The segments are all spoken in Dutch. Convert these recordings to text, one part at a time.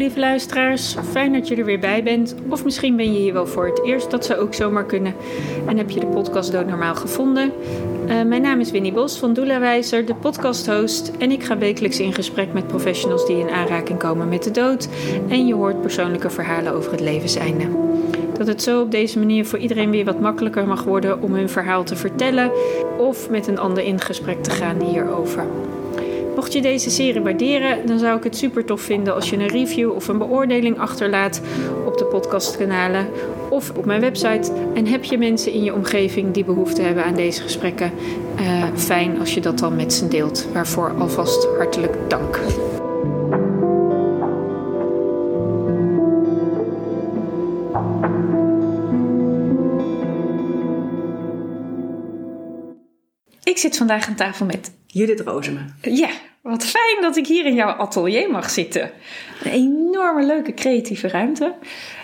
lieve luisteraars. Fijn dat je er weer bij bent. Of misschien ben je hier wel voor het eerst. Dat zou ook zomaar kunnen. En heb je de podcast Doodnormaal gevonden. Mijn naam is Winnie Bos van Doulawijzer, de podcasthost. En ik ga wekelijks in gesprek met professionals die in aanraking komen met de dood. En je hoort persoonlijke verhalen over het levenseinde. Dat het zo op deze manier voor iedereen weer wat makkelijker mag worden om hun verhaal te vertellen. Of met een ander in gesprek te gaan hierover. Mocht je deze serie waarderen, dan zou ik het super tof vinden als je een review of een beoordeling achterlaat op de podcastkanalen of op mijn website. En heb je mensen in je omgeving die behoefte hebben aan deze gesprekken? Fijn als je dat dan met ze deelt. Waarvoor alvast hartelijk dank. Ik zit vandaag aan tafel met Judith Rozema. Ja, wat fijn dat ik hier in jouw atelier mag zitten. Een enorme leuke creatieve ruimte.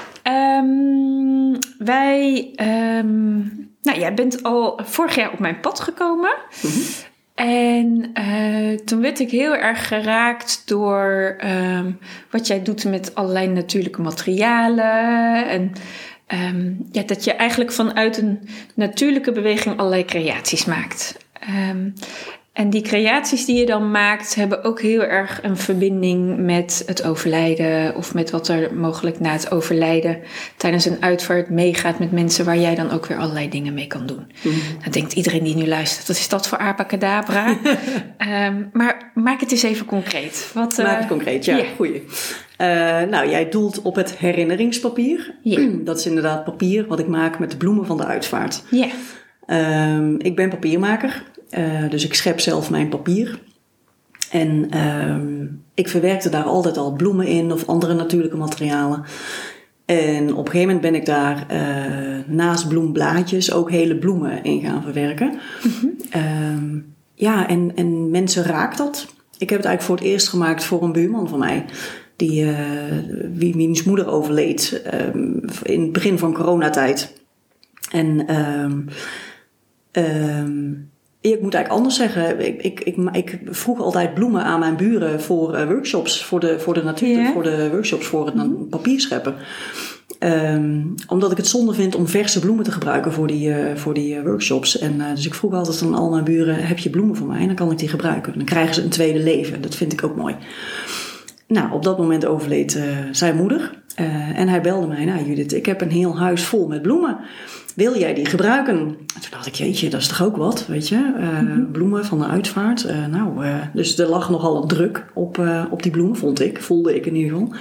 Jij bent al vorig jaar op mijn pad gekomen. Mm-hmm. En toen werd ik heel erg geraakt door wat jij doet met allerlei natuurlijke materialen. En dat je eigenlijk vanuit een natuurlijke beweging allerlei creaties maakt. En die creaties die je dan maakt hebben ook heel erg een verbinding met het overlijden of met wat er mogelijk na het overlijden tijdens een uitvaart meegaat met mensen waar jij dan ook weer allerlei dingen mee kan doen. Mm-hmm. Dan denkt iedereen die nu luistert, wat is dat voor abracadabra? Maar maak het eens even concreet. Maak het concreet, ja. Goeie. Jij doelt op het herinneringspapier. Yeah. Dat is inderdaad papier wat ik maak met de bloemen van de uitvaart. Yeah. Ik ben papiermaker. Dus ik schep zelf mijn papier. En ik verwerkte daar altijd al bloemen in of andere natuurlijke materialen. En op een gegeven moment ben ik daar naast bloemblaadjes ook hele bloemen in gaan verwerken. Mm-hmm. En mensen raakt dat. Ik heb het eigenlijk voor het eerst gemaakt voor een buurman van mij. Wiens moeder overleed in het begin van coronatijd. En ik moet eigenlijk anders zeggen. Ik vroeg altijd bloemen aan mijn buren voor workshops, voor de natuur, yeah. Voor de workshops voor het papierscheppen. Omdat ik het zonde vind om verse bloemen te gebruiken voor die workshops. En dus ik vroeg altijd aan al mijn buren, heb je bloemen voor mij? En dan kan ik die gebruiken. Dan krijgen ze een tweede leven. Dat vind ik ook mooi. Nou, op dat moment overleed zijn moeder. En hij belde mij, Judith, ik heb een heel huis vol met bloemen. Wil jij die gebruiken? En toen dacht ik, jeetje, dat is toch ook wat, weet je? Bloemen van de uitvaart. Dus er lag nogal een druk op die bloemen, voelde ik in ieder geval.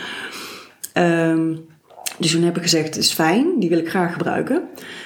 Dus toen heb ik gezegd, het is fijn, die wil ik graag gebruiken.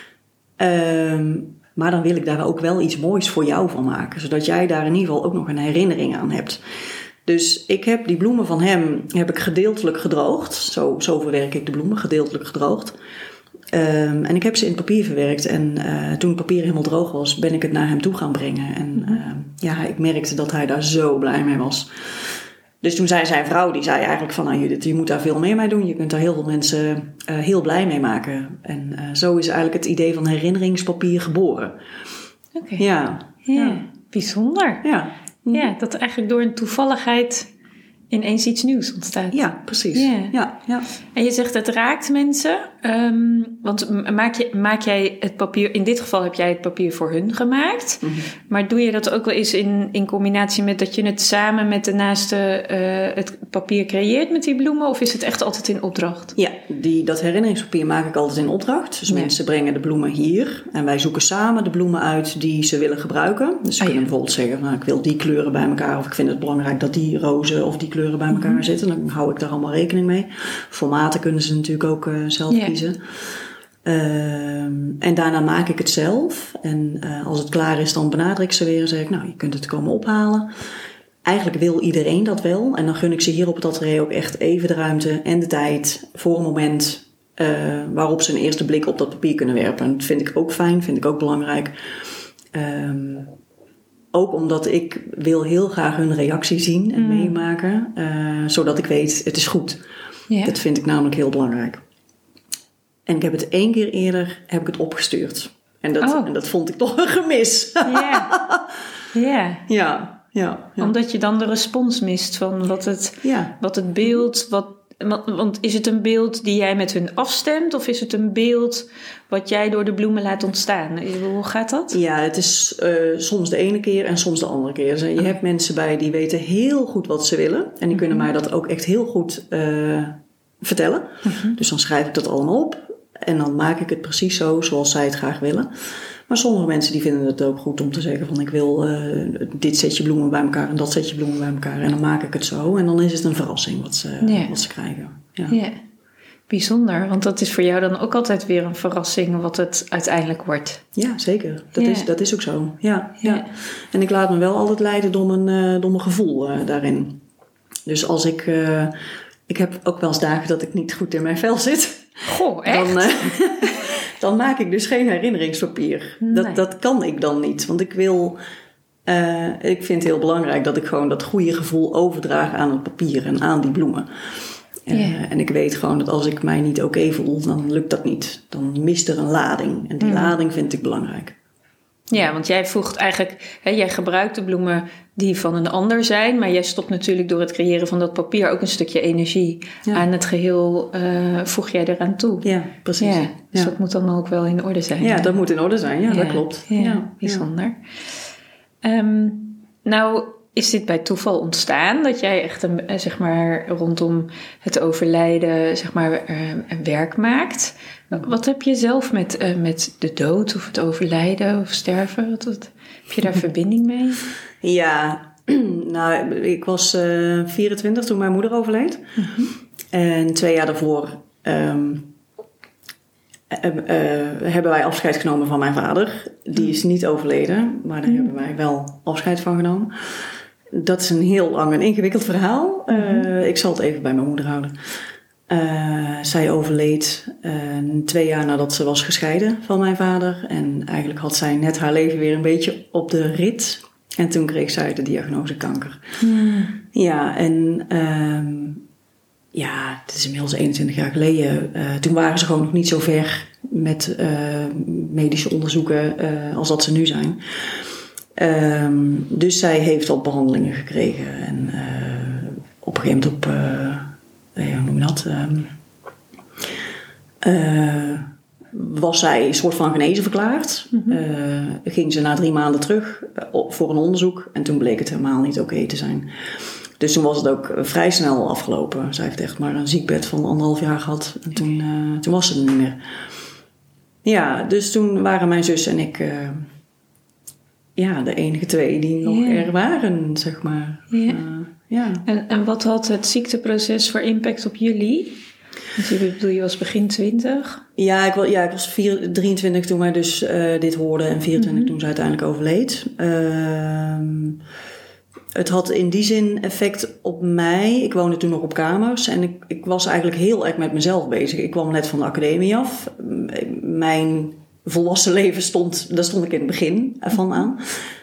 Maar dan wil ik daar ook wel iets moois voor jou van maken. Zodat jij daar in ieder geval ook nog een herinnering aan hebt. Dus ik heb die bloemen van hem gedeeltelijk gedroogd. Zo verwerk ik de bloemen, gedeeltelijk gedroogd. En ik heb ze in papier verwerkt. En toen het papier helemaal droog was, ben ik het naar hem toe gaan brengen. En ik merkte dat hij daar zo blij mee was. Dus toen zei zijn vrouw, die zei eigenlijk van, Judith, je moet daar veel meer mee doen. Je kunt daar heel veel mensen heel blij mee maken. En zo is eigenlijk het idee van herinneringspapier geboren. Oké. Ja. Bijzonder. Ja. Ja, dat eigenlijk door een toevalligheid ineens iets nieuws ontstaat. Ja, precies. Yeah. Ja. En je zegt het raakt mensen. Want maak jij het papier... In dit geval heb jij het papier voor hun gemaakt. Mm-hmm. Maar doe je dat ook wel eens in combinatie met dat je het samen met de naaste het papier creëert met die bloemen? Of is het echt altijd in opdracht? Ja, dat herinneringspapier maak ik altijd in opdracht. Dus mensen brengen de bloemen hier. En wij zoeken samen de bloemen uit die ze willen gebruiken. Dus ze kunnen bijvoorbeeld zeggen, ik wil die kleuren bij elkaar. Of ik vind het belangrijk dat die rozen of die kleuren bij elkaar zitten. Dan hou ik daar allemaal rekening mee. Formaten kunnen ze natuurlijk ook zelf kiezen. En daarna maak ik het zelf. En als het klaar is, dan benadruk ik ze weer en zeg ik, je kunt het komen ophalen. Eigenlijk wil iedereen dat wel. En dan gun ik ze hier op het atelier ook echt even de ruimte en de tijd voor een moment waarop ze een eerste blik op dat papier kunnen werpen. En dat vind ik ook fijn, vind ik ook belangrijk. Ook omdat ik wil heel graag hun reactie zien en meemaken. Zodat ik weet, het is goed. Yeah. Dat vind ik namelijk heel belangrijk. En ik heb het 1 keer eerder opgestuurd. En dat vond ik toch een gemis. Ja. Omdat je dan de respons mist van wat het beeld, Want is het een beeld die jij met hun afstemt? Of is het een beeld wat jij door de bloemen laat ontstaan? Hoe gaat dat? Ja, het is soms de ene keer en soms de andere keer. Dus, je hebt mensen bij die weten heel goed wat ze willen. En die kunnen mij dat ook echt heel goed vertellen. Dus dan schrijf ik dat allemaal op. En dan maak ik het precies zo zoals zij het graag willen. Maar sommige mensen die vinden het ook goed om te zeggen van ik wil dit setje bloemen bij elkaar en dat setje bloemen bij elkaar. En dan maak ik het zo. En dan is het een verrassing wat ze krijgen. Ja. Bijzonder. Want dat is voor jou dan ook altijd weer een verrassing wat het uiteindelijk wordt. Ja, zeker. Dat is ook zo. Ja. En ik laat me wel altijd leiden door mijn gevoel daarin. Dus als ik heb ook wel eens dagen dat ik niet goed in mijn vel zit. Goh, echt? Dan maak ik dus geen herinneringspapier. Nee. Dat kan ik dan niet. Want ik vind het heel belangrijk dat ik gewoon dat goede gevoel overdraag aan het papier en aan die bloemen. En ik weet gewoon dat als ik mij niet oké voel, dan lukt dat niet. Dan mist er een lading. En die lading vind ik belangrijk. Ja, want jij voegt eigenlijk, jij gebruikt de bloemen die van een ander zijn, maar jij stopt natuurlijk door het creëren van dat papier ook een stukje energie aan het geheel, voeg jij eraan toe. Ja, precies. Ja, dus dat moet dan ook wel in orde zijn. Ja, dat moet in orde zijn, dat klopt. Ja, bijzonder. Ja. Nou, is dit bij toeval ontstaan dat jij echt zeg maar rondom het overlijden zeg maar een werk maakt? Wat heb je zelf met de dood of het overlijden of sterven? Heb je daar verbinding mee? Ja, nou, ik was 24 toen mijn moeder overleed. En 2 jaar daarvoor hebben wij afscheid genomen van mijn vader. Die is niet overleden, maar daar hebben wij wel afscheid van genomen. Dat is een heel lang en ingewikkeld verhaal. Ik zal het even bij mijn moeder houden. Zij overleed 2 jaar nadat ze was gescheiden van mijn vader. En eigenlijk had zij net haar leven weer een beetje op de rit. En toen kreeg zij de diagnose kanker. Ja, en het is inmiddels 21 jaar geleden. Toen waren ze gewoon nog niet zo ver met medische onderzoeken als dat ze nu zijn. Dus zij heeft wat behandelingen gekregen. En op een gegeven moment hoe noem je dat? Was zij een soort van genezen verklaard. Ging ze na 3 maanden terug voor een onderzoek. En toen bleek het helemaal niet oké te zijn. Dus toen was het ook vrij snel afgelopen. Zij heeft echt maar een ziekbed van 1,5 jaar gehad. En toen was ze er niet meer. Ja, dus toen waren mijn zus en ik de enige 2 die nog er waren, zeg maar. En wat had het ziekteproces voor impact op jullie? Want je was begin 20. Ja, ik was 23 toen wij dus dit hoorden en 24 toen ze uiteindelijk overleed. Het had in die zin effect op mij. Ik woonde toen nog op kamers en ik was eigenlijk heel erg met mezelf bezig. Ik kwam net van de academie af. Mijn volwassen leven daar stond ik in het begin van aan.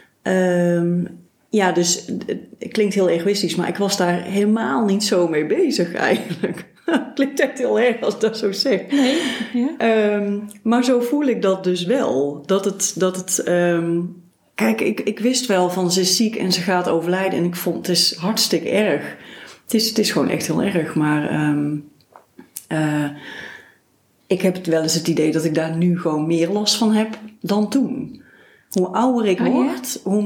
Dus het klinkt heel egoïstisch, maar ik was daar helemaal niet zo mee bezig eigenlijk. Klinkt echt heel erg als ik dat zo zeg. Nee, ja. Maar zo voel ik dat dus wel. Kijk, ik wist wel van ze is ziek en ze gaat overlijden. En ik vond het is hartstikke erg. Het is gewoon echt heel erg. Maar ik heb wel eens het idee dat ik daar nu gewoon meer last van heb dan toen. Hoe ouder ik word, hoe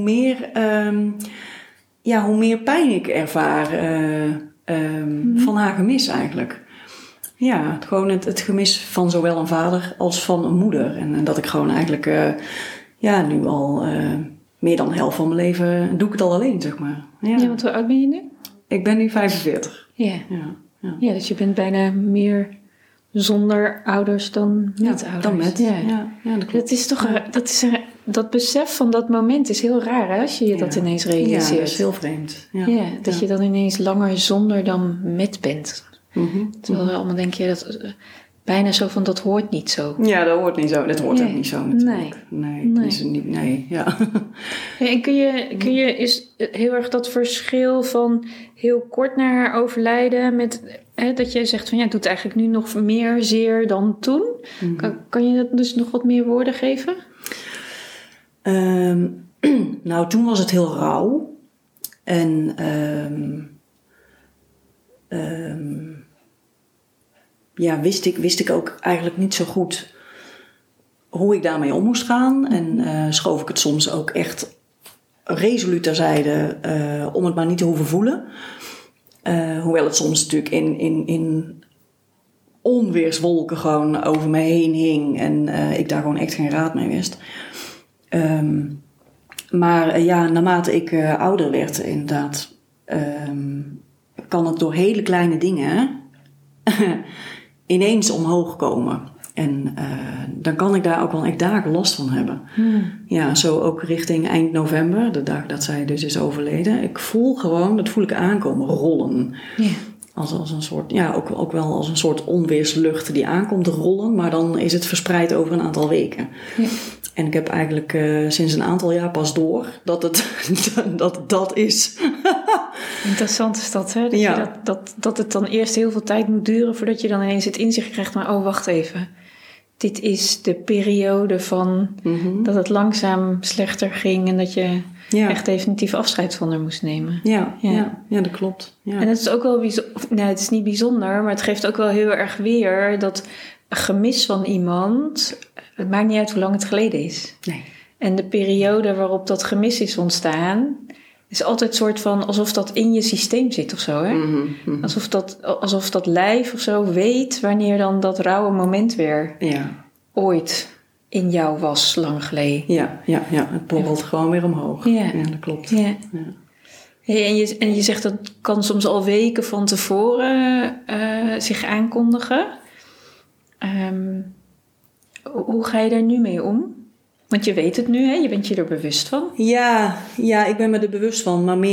meer pijn ik ervaar van haar gemis eigenlijk. Ja, gewoon het gemis van zowel een vader als van een moeder. En dat ik gewoon eigenlijk nu al meer dan de helft van mijn leven doe ik het al alleen, zeg maar. Ja, want hoe oud ben je nu? Ik ben nu 45. Ja, dus je bent bijna meer zonder ouders dan met ouders. Dan met, ja dat klopt. Dat is toch dat besef van dat moment is heel raar, hè, als je dat ineens realiseert. Ja, dat is heel vreemd. Dat je dan ineens langer zonder dan met bent. Terwijl we allemaal denken, dat bijna zo van, dat hoort niet zo. Ja, dat hoort niet zo. Dat hoort ook niet zo natuurlijk. Nee. En kun je is heel erg dat verschil van heel kort na haar overlijden met dat je zegt van het doet eigenlijk nu nog meer zeer dan toen. Kan je dat dus nog wat meer woorden geven? Nou, toen was het heel rauw. En wist ik ook eigenlijk niet zo goed hoe ik daarmee om moest gaan. En schoof ik het soms ook echt resoluut terzijde om het maar niet te hoeven voelen. Hoewel het soms natuurlijk in onweerswolken gewoon over me heen hing. En ik daar gewoon echt geen raad mee wist. Maar naarmate ik ouder werd inderdaad... kan het door hele kleine dingen ineens omhoog komen. En dan kan ik daar ook wel echt dagen last van hebben. Ja, zo ook richting eind november, de dag dat zij dus is overleden. Ik voel gewoon, dat voel ik aankomen, rollen. Ja. Als een soort, ook wel als een soort onweerslucht die aankomt rollen. Maar dan is het verspreid over een aantal weken. Ja. En ik heb eigenlijk sinds een aantal jaar pas door dat dat is. Interessant is dat, hè? Dat het dan eerst heel veel tijd moet duren voordat je dan ineens het inzicht krijgt. Maar wacht even. Dit is de periode van dat het langzaam slechter ging en dat je echt definitief afscheid van haar moest nemen. Ja, dat klopt. Ja. En het is ook wel bijzonder, het is niet bijzonder, maar het geeft ook wel heel erg weer dat gemis van iemand, het maakt niet uit hoe lang het geleden is. Nee. En de periode waarop dat gemis is ontstaan, is altijd een soort van alsof dat in je systeem zit of zo. Hè? Alsof dat lijf of zo weet wanneer dan dat rauwe moment weer ooit in jou was, lang geleden. Ja, het borrelt gewoon weer omhoog. Ja, dat klopt. Ja. Hey, en je zegt dat kan soms al weken van tevoren zich aankondigen. Hoe ga je daar nu mee om? Want je weet het nu, hè? Je bent je er bewust van. Ja, ik ben me er bewust van. Maar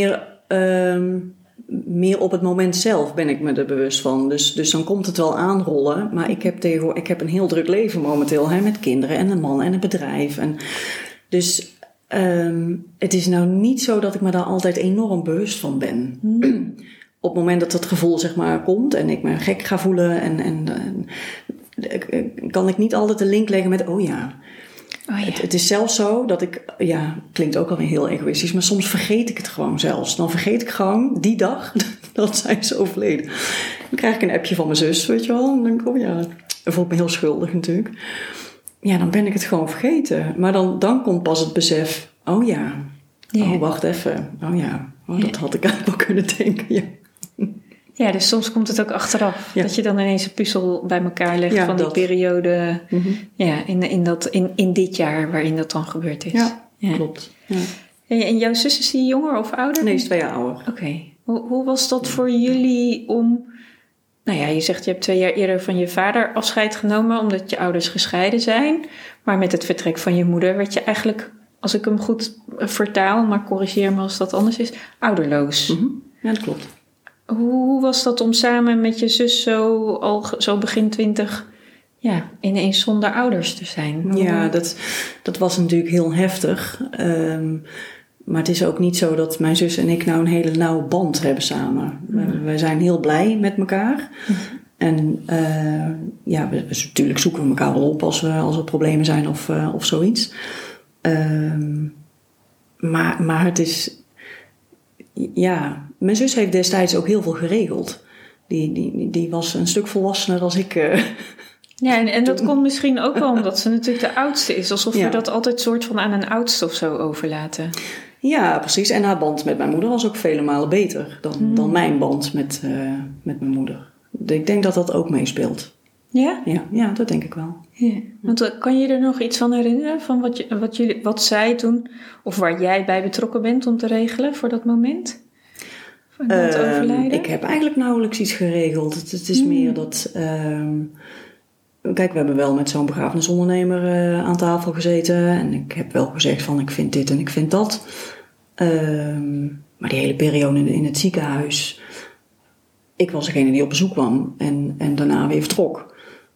meer op het moment zelf ben ik me er bewust van. Dus dan komt het wel aanrollen. Maar ik heb een heel druk leven momenteel. Hè, met kinderen en een man en een bedrijf. Dus het is nou niet zo dat ik me daar altijd enorm bewust van ben. Op het moment dat dat gevoel zeg maar komt en ik me gek ga voelen... en kan ik niet altijd de link leggen met... Het is zelfs zo dat ik... klinkt ook alweer heel egoïstisch... maar soms vergeet ik het gewoon zelfs. Dan vergeet ik gewoon die dag dat zij is overleden. Dan krijg ik een appje van mijn zus, weet je wel. En dan denk ik, dan voel ik me heel schuldig natuurlijk. Ja, dan ben ik het gewoon vergeten. Maar dan komt pas het besef... wacht even. Dat had ik eigenlijk wel kunnen denken, Ja, dus soms komt het ook achteraf. Ja. Dat je dan ineens een puzzel bij elkaar legt van die periode... in dit jaar waarin dat dan gebeurd is. Ja, klopt. Ja. En jouw zus, is die jonger of ouder? Nee, is 2 jaar ouder. Oké. Hoe was dat voor jullie om... je zegt je hebt 2 jaar eerder van je vader afscheid genomen... omdat je ouders gescheiden zijn. Maar met het vertrek van je moeder werd je eigenlijk... als ik hem goed vertaal, maar corrigeer me als dat anders is... ouderloos. Ja, dat klopt. Hoe was dat om samen met je zus zo begin 20... ineens zonder ouders te zijn? Ja, dat was natuurlijk heel heftig. Maar het is ook niet zo dat mijn zus en ik nou een hele nauwe band hebben samen. Wij zijn heel blij met elkaar. En natuurlijk zoeken we elkaar wel op als er problemen zijn of zoiets. Maar het is... Ja, mijn zus heeft destijds ook heel veel geregeld. Die was een stuk volwassener als ik... Ja, en dat komt misschien ook wel omdat ze natuurlijk de oudste is. Alsof we dat altijd soort van aan een oudste of zo overlaten. Ja, precies. En haar band met mijn moeder was ook vele malen beter dan mijn band met mijn moeder. Ik denk dat dat ook meespeelt. Ja? Ja, dat denk ik wel. Ja. Want kan je er nog iets van herinneren? Van wat zij toen... Of waar jij bij betrokken bent om te regelen voor dat moment? Van dat overlijden? Ik heb eigenlijk nauwelijks iets geregeld. Het is meer dat... Kijk, we hebben wel met zo'n begrafenisondernemer aan tafel gezeten. En ik heb wel gezegd van ik vind dit en ik vind dat. Maar die hele periode in het ziekenhuis... Ik was degene die op bezoek kwam en daarna weer vertrok.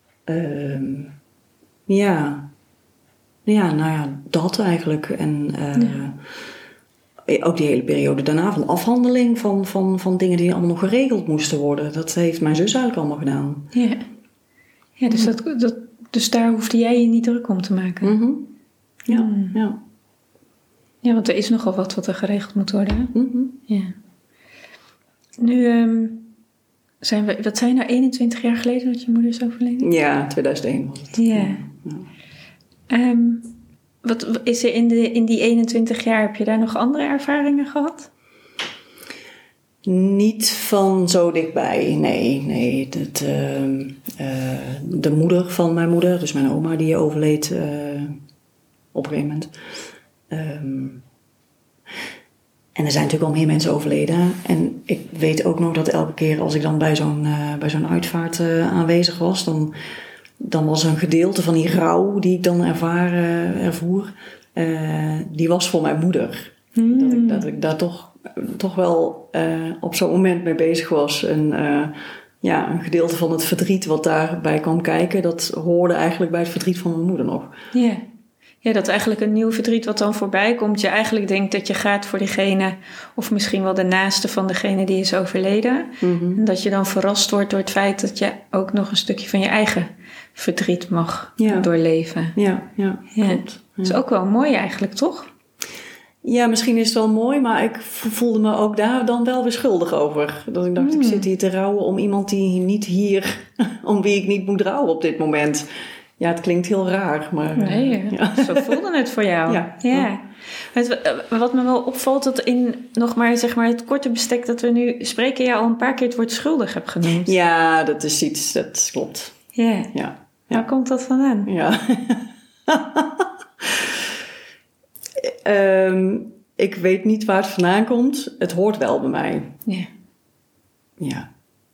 Dat eigenlijk. En ook die hele periode daarna van afhandeling van dingen die allemaal nog geregeld moesten worden. Dat heeft mijn zus eigenlijk allemaal gedaan. Ja, dus, dus daar hoefde jij je niet druk om te maken. Ja, want er is nogal wat er geregeld moet worden. Hè? Ja. Nu wat zijn nou 21 jaar geleden dat je moeder is overleden? Ja, 2001 was het. Ja. Wat is er in die 21 jaar, heb je daar nog andere ervaringen gehad? Niet van zo dichtbij, nee. De moeder van mijn moeder, dus mijn oma, die overleed op een gegeven moment. En er zijn natuurlijk al meer mensen overleden. En ik weet ook nog dat elke keer als ik dan bij zo'n uitvaart aanwezig was, dan was een gedeelte van die rouw die ik dan ervoer, die was voor mijn moeder. Dat ik daar toch wel op zo'n moment mee bezig was. En een gedeelte van het verdriet wat daarbij kwam kijken, dat hoorde eigenlijk bij het verdriet van mijn moeder nog. Ja. Ja, dat eigenlijk een nieuw verdriet wat dan voorbij komt. Je eigenlijk denkt dat je gaat voor diegene, of misschien wel de naaste van degene die is overleden. Mm-hmm. En dat je dan verrast wordt door het feit dat je ook nog een stukje van je eigen verdriet mag doorleven. Ja. Dat is ook wel mooi eigenlijk, toch? Ja, misschien is het wel mooi, maar ik voelde me ook daar dan wel weer schuldig over. Dat ik dacht, ik zit hier te rouwen om iemand die niet hier, om wie ik niet moet rouwen op dit moment. Ja, het klinkt heel raar, maar... Nee, zo voelde het voor jou. Ja. Wat me wel opvalt, dat in nog maar, zeg maar het korte bestek dat we nu spreken, je al een paar keer het woord schuldig hebt genoemd. Ja, dat is iets, dat klopt. Ja. Waar komt dat vandaan? Ja. Ik weet niet waar het vandaan komt. Het hoort wel bij mij. Ja.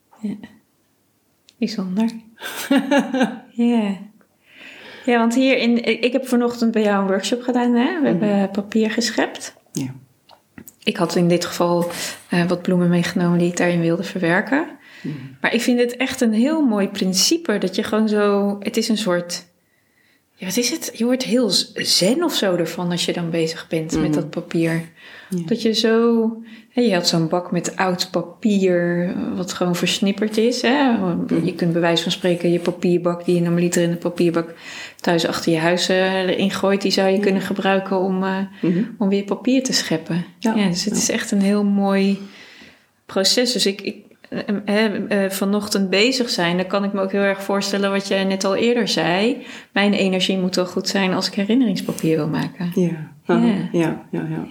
Bijzonder. Ja, want ik heb vanochtend bij jou een workshop gedaan. Hè? We hebben papier geschept. Ja. Ik had in dit geval wat bloemen meegenomen die ik daarin wilde verwerken. Maar ik vind het echt een heel mooi principe. Dat je gewoon zo... Het is een soort... Ja, wat is het? Je wordt heel zen of zo ervan als je dan bezig bent met dat papier. Ja. Dat je zo... Je had zo'n bak met oud papier wat gewoon versnipperd is. Hè? Je kunt bij wijze van spreken je papierbak die je normaliter in de papierbak thuis achter je huis erin gooit. Die zou je kunnen gebruiken om weer papier te scheppen. Ja, dus het is echt een heel mooi proces. Dus ik vanochtend bezig zijn, dan kan ik me ook heel erg voorstellen wat jij net al eerder zei. Mijn energie moet wel goed zijn als ik herinneringspapier wil maken. Ja.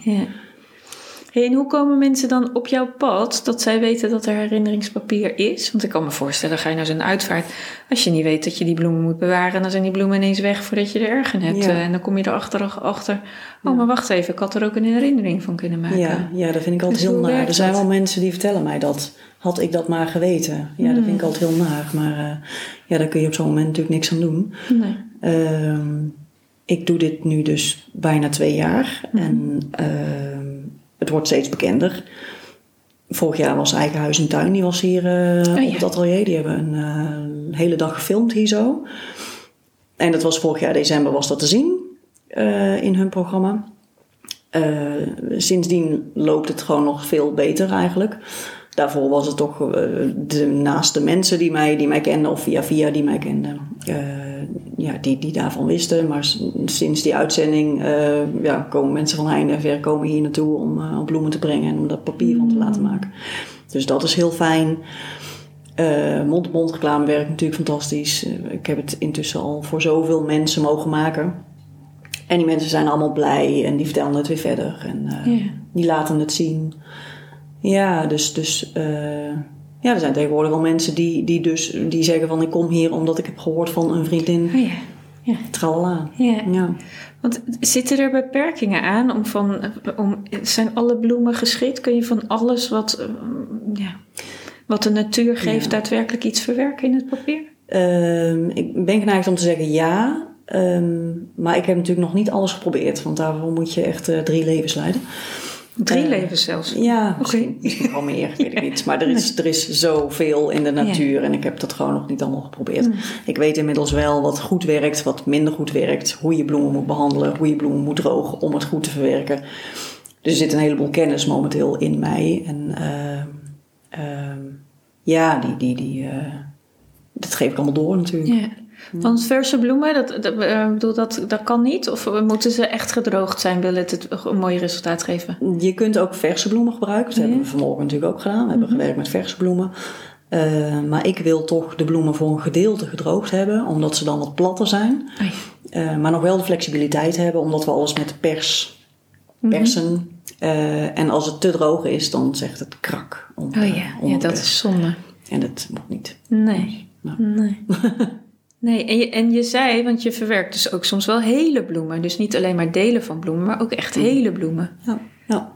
Hey, en hoe komen mensen dan op jouw pad dat zij weten dat er herinneringspapier is? Want ik kan me voorstellen, ga je naar zo'n uitvaart, als je niet weet dat je die bloemen moet bewaren, dan zijn die bloemen ineens weg voordat je er erg in hebt. En dan kom je erachter, maar wacht even, ik had er ook een herinnering van kunnen maken. Ja, dat vind ik altijd heel naar. Er zijn wel mensen die vertellen mij dat. Had ik dat maar geweten. Ja, dat vind ik altijd heel naar. Maar daar kun je op zo'n moment natuurlijk niks aan doen. Nee. Ik doe dit nu dus bijna 2 jaar. En het wordt steeds bekender. Vorig jaar was Eigen Huis en Tuin. Die was hier op het atelier. Die hebben een hele dag gefilmd hier zo. En dat was vorig jaar december was dat te zien. In hun programma. Sindsdien loopt het gewoon nog veel beter eigenlijk. Daarvoor was het toch naast de mensen die mij kenden of via die mij kenden, die daarvan wisten. Maar sinds die uitzending komen mensen van heinde en ver komen hier naartoe om bloemen te brengen en om dat papier van te laten maken. Dus dat is heel fijn. Mond-op-mond reclame werkt natuurlijk fantastisch. Ik heb het intussen al voor zoveel mensen mogen maken. En die mensen zijn allemaal blij en die vertellen het weer verder. En die laten het zien. Ja, dus er zijn tegenwoordig wel mensen die zeggen van ik kom hier omdat ik heb gehoord van een vriendin. Tralala. Ja. Want zitten er beperkingen aan zijn alle bloemen geschikt? Kun je van alles wat de natuur geeft daadwerkelijk iets verwerken in het papier? Ik ben geneigd om te zeggen ja. Maar ik heb natuurlijk nog niet alles geprobeerd. Want daarvoor moet je echt 3 levens leiden. 3 levens zelfs? Ja, misschien wel meer, weet ik niet. Maar er is zoveel in de natuur en ik heb dat gewoon nog niet allemaal geprobeerd. Ik weet inmiddels wel wat goed werkt, wat minder goed werkt. Hoe je bloemen moet behandelen, hoe je bloemen moet drogen om het goed te verwerken. Dus er zit een heleboel kennis momenteel in mij. En dat geef ik allemaal door natuurlijk. Ja. Want verse bloemen, dat kan niet? Of moeten ze echt gedroogd zijn, wil het een mooi resultaat geven? Je kunt ook verse bloemen gebruiken. Dat hebben we vanmorgen natuurlijk ook gedaan. We hebben gewerkt met verse bloemen. Maar ik wil toch de bloemen voor een gedeelte gedroogd hebben, omdat ze dan wat platter zijn. Oh ja. Maar nog wel de flexibiliteit hebben, omdat we alles met de pers persen. En als het te droog is, dan zegt het krak. Dat is zonde. En dat moet niet. Nee. Nou. Nee. Nee, en je zei, want je verwerkt dus ook soms wel hele bloemen. Dus niet alleen maar delen van bloemen, maar ook echt hele bloemen. Ja.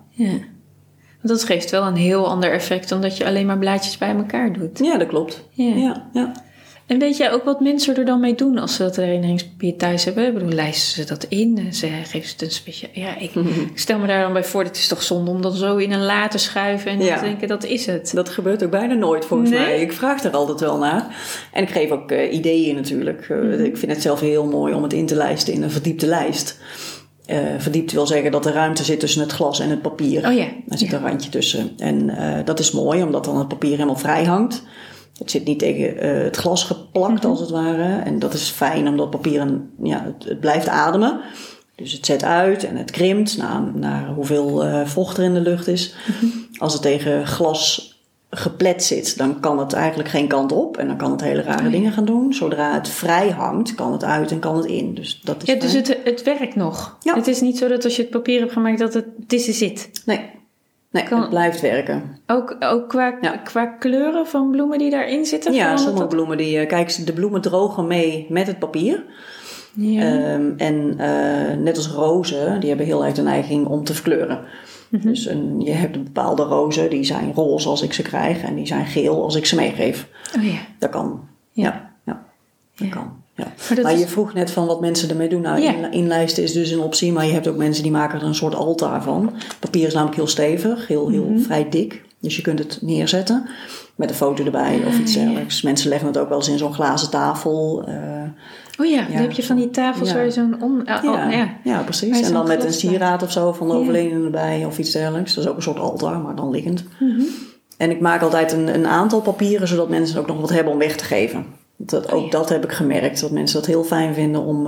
Want dat geeft wel een heel ander effect dan dat je alleen maar blaadjes bij elkaar doet. Ja, dat klopt. Ja. En weet jij ook wat mensen er dan mee doen als ze dat herinneringspapier thuis hebben? Ik bedoel, lijsten ze dat in? Ze geven het een speciaal... Ja, ik stel me daar dan bij voor, het is toch zonde om dat zo in een la te schuiven en te denken, dat is het. Dat gebeurt ook bijna nooit volgens mij. Ik vraag er altijd wel naar. En ik geef ook ideeën natuurlijk. Ik vind het zelf heel mooi om het in te lijsten in een verdiepte lijst. Verdiept wil zeggen dat er ruimte zit tussen het glas en het papier. Oh ja. Er zit een randje tussen. En dat is mooi, omdat dan het papier helemaal vrij hangt. Het zit niet tegen het glas geplakt als het ware. En dat is fijn, omdat papier het blijft ademen. Dus het zet uit en het krimpt naar hoeveel vocht er in de lucht is. Als het tegen glas geplet zit, dan kan het eigenlijk geen kant op. En dan kan het hele rare dingen gaan doen. Zodra het vrij hangt, kan het uit en kan het in. Dus dat is dus het werkt nog. Ja. Het is niet zo dat als je het papier hebt gemaakt dat het tussen zit. Nee, het blijft werken. Ook qua kleuren van bloemen die daarin zitten? Ja, sommige bloemen de bloemen drogen mee met het papier. Ja. Net als rozen, die hebben heel erg de neiging om te verkleuren. Dus je hebt een bepaalde rozen, die zijn roze als ik ze krijg. En die zijn geel als ik ze meegeef. Oh ja. Dat kan. Ja. Dat kan. Ja. Maar je vroeg net van wat mensen ermee doen. Nou, inlijsten is dus een optie. Maar je hebt ook mensen die maken er een soort altaar van. Papier is namelijk heel stevig. Heel vrij dik. Dus je kunt het neerzetten. Met een foto erbij of iets dergelijks. Mensen leggen het ook wel eens in zo'n glazen tafel. Dan heb je van die tafels waar je zo'n... Ja, precies. En dan met een sieraad of zo van de overledene erbij of iets dergelijks. Dat is ook een soort altaar, maar dan liggend. En ik maak altijd een aantal papieren, zodat mensen ook nog wat hebben om weg te geven. Dat heb ik gemerkt. Dat mensen dat heel fijn vinden om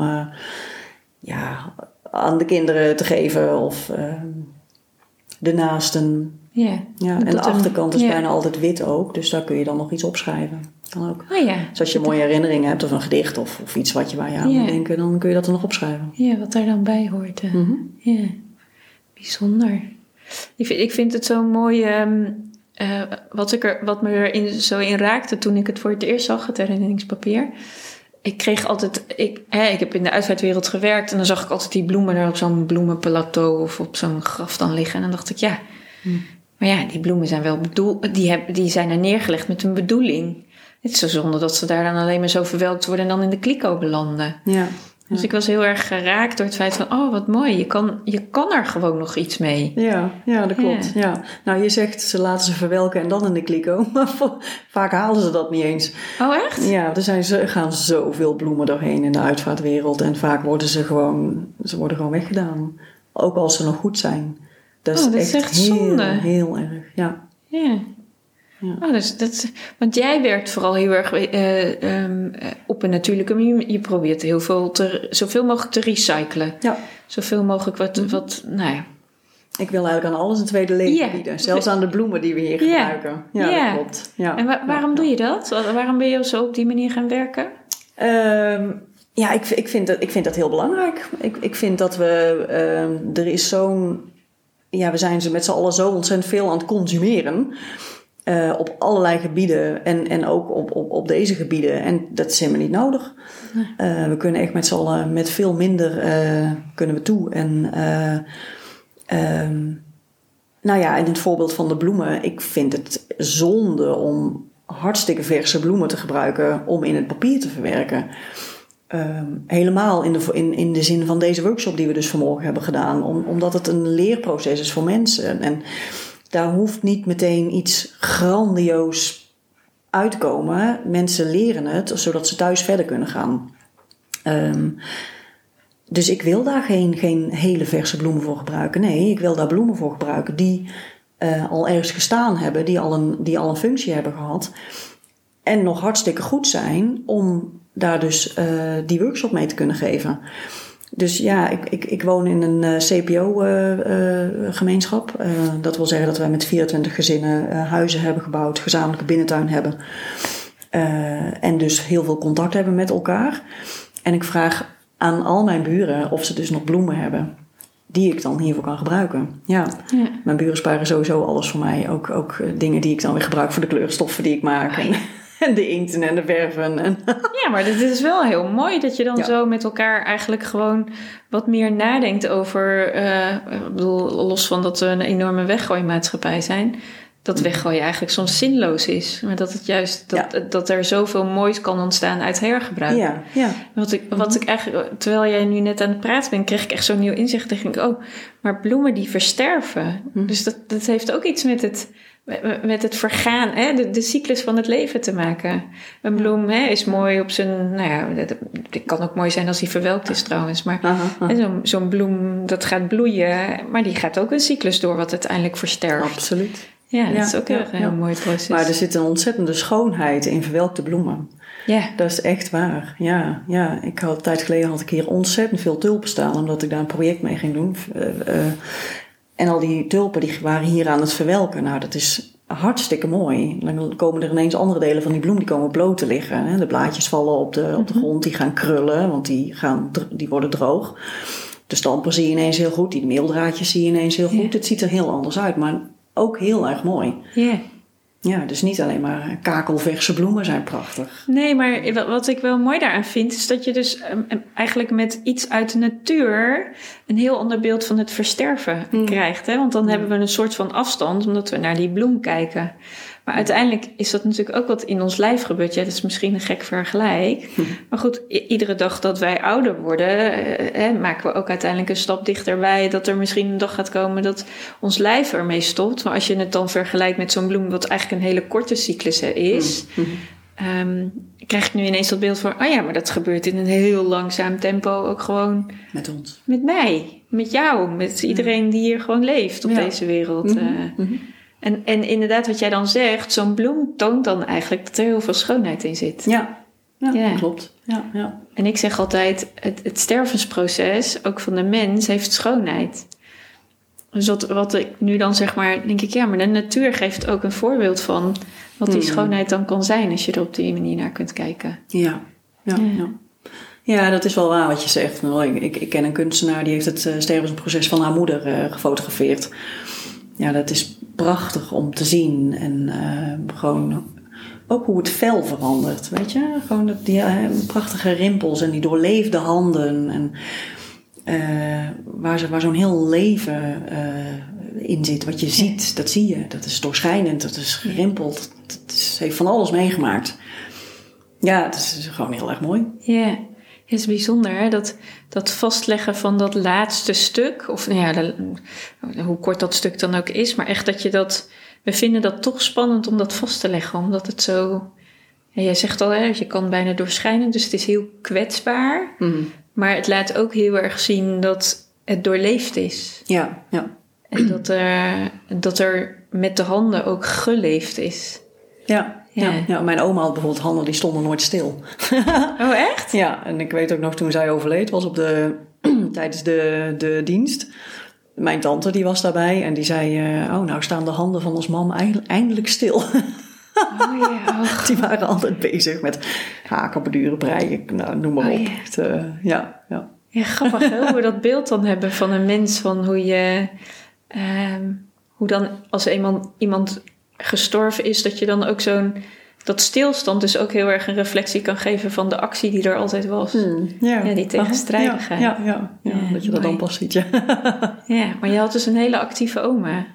aan de kinderen te geven of de naasten. En de achterkant is bijna altijd wit ook. Dus daar kun je dan nog iets opschrijven. Kan ook. Dus als je mooie herinneringen hebt of een gedicht of iets wat je waar je aan moet denken, dan kun je dat er nog opschrijven. Ja, wat daar dan bij hoort. Ja, bijzonder. Ik vind het zo mooi. Wat me er zo in raakte toen ik het voor het eerst zag, het herinneringspapier. Ik kreeg altijd... Ik heb in de uitvaartwereld gewerkt en dan zag ik altijd die bloemen daar op zo'n bloemenplateau of op zo'n graf dan liggen. En dan dacht ik, maar die bloemen zijn wel die zijn er neergelegd met een bedoeling. Het is zo zonde dat ze daar dan alleen maar zo verwelkt worden en dan in de kliko belanden. Ja. Dus ik was heel erg geraakt door het feit van, wat mooi, je kan er gewoon nog iets mee. Ja, dat klopt. Ja. Nou, je zegt, ze laten ze verwelken en dan in de kliko. Maar vaak halen ze dat niet eens. Oh, echt? Ja, er gaan zoveel bloemen doorheen in de uitvaartwereld. En vaak worden ze worden weggedaan. Ook als ze nog goed zijn. Dat is echt heel, zonde. Heel erg, ja. Want jij werkt vooral heel erg op een natuurlijke manier. Je probeert heel veel zoveel mogelijk te recyclen. Ja. Zoveel mogelijk wat Ik wil eigenlijk aan alles een tweede leven bieden. Zelfs aan de bloemen die we hier gebruiken. Ja, dat klopt. Ja. En waarom doe je dat? Waarom ben je zo op die manier gaan werken? Ik vind dat heel belangrijk. Ik vind dat er is zo'n... Ja, we zijn met z'n allen zo ontzettend veel aan het consumeren. Op allerlei gebieden en ook op deze gebieden. En dat is helemaal niet nodig. Nee. We kunnen echt met z'n allen met veel minder kunnen we toe. En in het voorbeeld van de bloemen. Ik vind het zonde om hartstikke verse bloemen te gebruiken om in het papier te verwerken. Helemaal in de zin van deze workshop die we dus vanmorgen hebben gedaan. Omdat het een leerproces is voor mensen. En daar hoeft niet meteen iets grandioos uit te komen. Mensen leren het, zodat ze thuis verder kunnen gaan. Dus ik wil daar geen hele verse bloemen voor gebruiken. Nee, ik wil daar bloemen voor gebruiken die al ergens gestaan hebben. Die al een functie hebben gehad. En nog hartstikke goed zijn om daar dus die workshop mee te kunnen geven. Dus ja, ik woon in een CPO-gemeenschap. Dat wil zeggen dat wij met 24 gezinnen huizen hebben gebouwd, gezamenlijke binnentuin hebben. En dus heel veel contact hebben met elkaar. En ik vraag aan al mijn buren of ze dus nog bloemen hebben die ik dan hiervoor kan gebruiken. Ja. Mijn buren sparen sowieso alles voor mij. Ook dingen die ik dan weer gebruik voor de kleurstoffen die ik maak. En de inkt en de verven. Ja, maar het is wel heel mooi dat je dan zo met elkaar eigenlijk gewoon wat meer nadenkt over... ik bedoel, los van dat we een enorme weggooimaatschappij zijn... dat weggooien eigenlijk soms zinloos is. Maar dat het juist dat er zoveel moois kan ontstaan uit hergebruik. Ja. Wat ik eigenlijk, terwijl jij nu net aan het praten bent, kreeg ik echt zo'n nieuw inzicht. Dacht ik, maar bloemen die versterven. Dus dat heeft ook iets met het vergaan, hè? De cyclus van het leven te maken. Een bloem is mooi op zijn... Nou ja, het kan ook mooi zijn als hij verwelkt is trouwens. Maar zo'n bloem, dat gaat bloeien. Maar die gaat ook een cyclus door wat uiteindelijk versterft. Absoluut. Ja, dat is ook een heel mooi proces. Maar er zit een ontzettende schoonheid in verwelkte bloemen. Ja. Dat is echt waar. Ja. Een tijd geleden had ik hier ontzettend veel tulpen staan, omdat ik daar een project mee ging doen. En al die tulpen die waren hier aan het verwelken. Nou, dat is hartstikke mooi. Dan komen er ineens andere delen van die bloem die komen bloot te liggen. Hè. De blaadjes vallen op de grond, die gaan krullen, want die worden droog. De stampen zie je ineens heel goed, die meeldraadjes zie je ineens heel goed. Het ziet er heel anders uit, maar ook heel erg mooi. Ja, dus niet alleen maar kakelverse bloemen zijn prachtig. Nee, maar wat ik wel mooi daaraan vind... is dat je dus eigenlijk met iets uit de natuur... een heel ander beeld van het versterven krijgt. Hè? Want dan hebben we een soort van afstand... omdat we naar die bloem kijken. Maar uiteindelijk is dat natuurlijk ook wat in ons lijf gebeurt. Ja, dat is misschien een gek vergelijk. Maar goed, iedere dag dat wij ouder worden... maken we ook uiteindelijk een stap dichterbij... dat er misschien een dag gaat komen dat ons lijf ermee stopt. Maar als je het dan vergelijkt met zo'n bloem... wat eigenlijk een hele korte cyclus is... krijg ik nu ineens dat beeld van... maar dat gebeurt in een heel langzaam tempo ook gewoon... Met ons. Met mij, met jou, met iedereen die hier gewoon leeft op deze wereld... En inderdaad, wat jij dan zegt, zo'n bloem toont dan eigenlijk dat er heel veel schoonheid in zit. Ja, klopt. Ja. En ik zeg altijd, het stervensproces, ook van de mens, heeft schoonheid. Dus wat ik nu dan zeg maar, denk ik, maar de natuur geeft ook een voorbeeld van wat die schoonheid dan kan zijn als je er op die manier naar kunt kijken. Ja, dat is wel waar wat je zegt. Ik ken een kunstenaar die heeft het stervensproces van haar moeder gefotografeerd. Ja, dat is prachtig om te zien. En gewoon ook hoe het vel verandert, weet je. Gewoon die prachtige rimpels en die doorleefde handen. En waar zo'n heel leven in zit. Wat je ziet, dat zie je. Dat is doorschijnend, dat is gerimpeld. Het heeft van alles meegemaakt. Ja, het is gewoon heel erg mooi. Ja. Het is bijzonder, hè? Dat vastleggen van dat laatste stuk. Of hoe kort dat stuk dan ook is. Maar echt dat je dat... We vinden dat toch spannend om dat vast te leggen. Omdat het zo... Ja, jij zegt al, hè, je kan bijna doorschijnen. Dus het is heel kwetsbaar. Maar het laat ook heel erg zien dat het doorleefd is. Ja. En dat er met de handen ook geleefd is. Ja, mijn oma had bijvoorbeeld handen die stonden nooit stil. Oh, echt? Ja, en ik weet ook nog toen zij overleed, was tijdens de dienst. Mijn tante die was daarbij en die zei... nou staan de handen van ons mam eindelijk stil. Die waren altijd bezig met haken, borduren, breien, noem maar op. Ja, grappig hè? Hoe we dat beeld dan hebben van een mens. Van hoe je... hoe dan als iemand gestorven is, dat je dan ook dat stilstand dus ook heel erg een reflectie kan geven van de actie die er altijd was. Die tegenstrijdigheid. Ja, dat je dat dan pas ziet, ja. Ja, maar je had dus een hele actieve oma.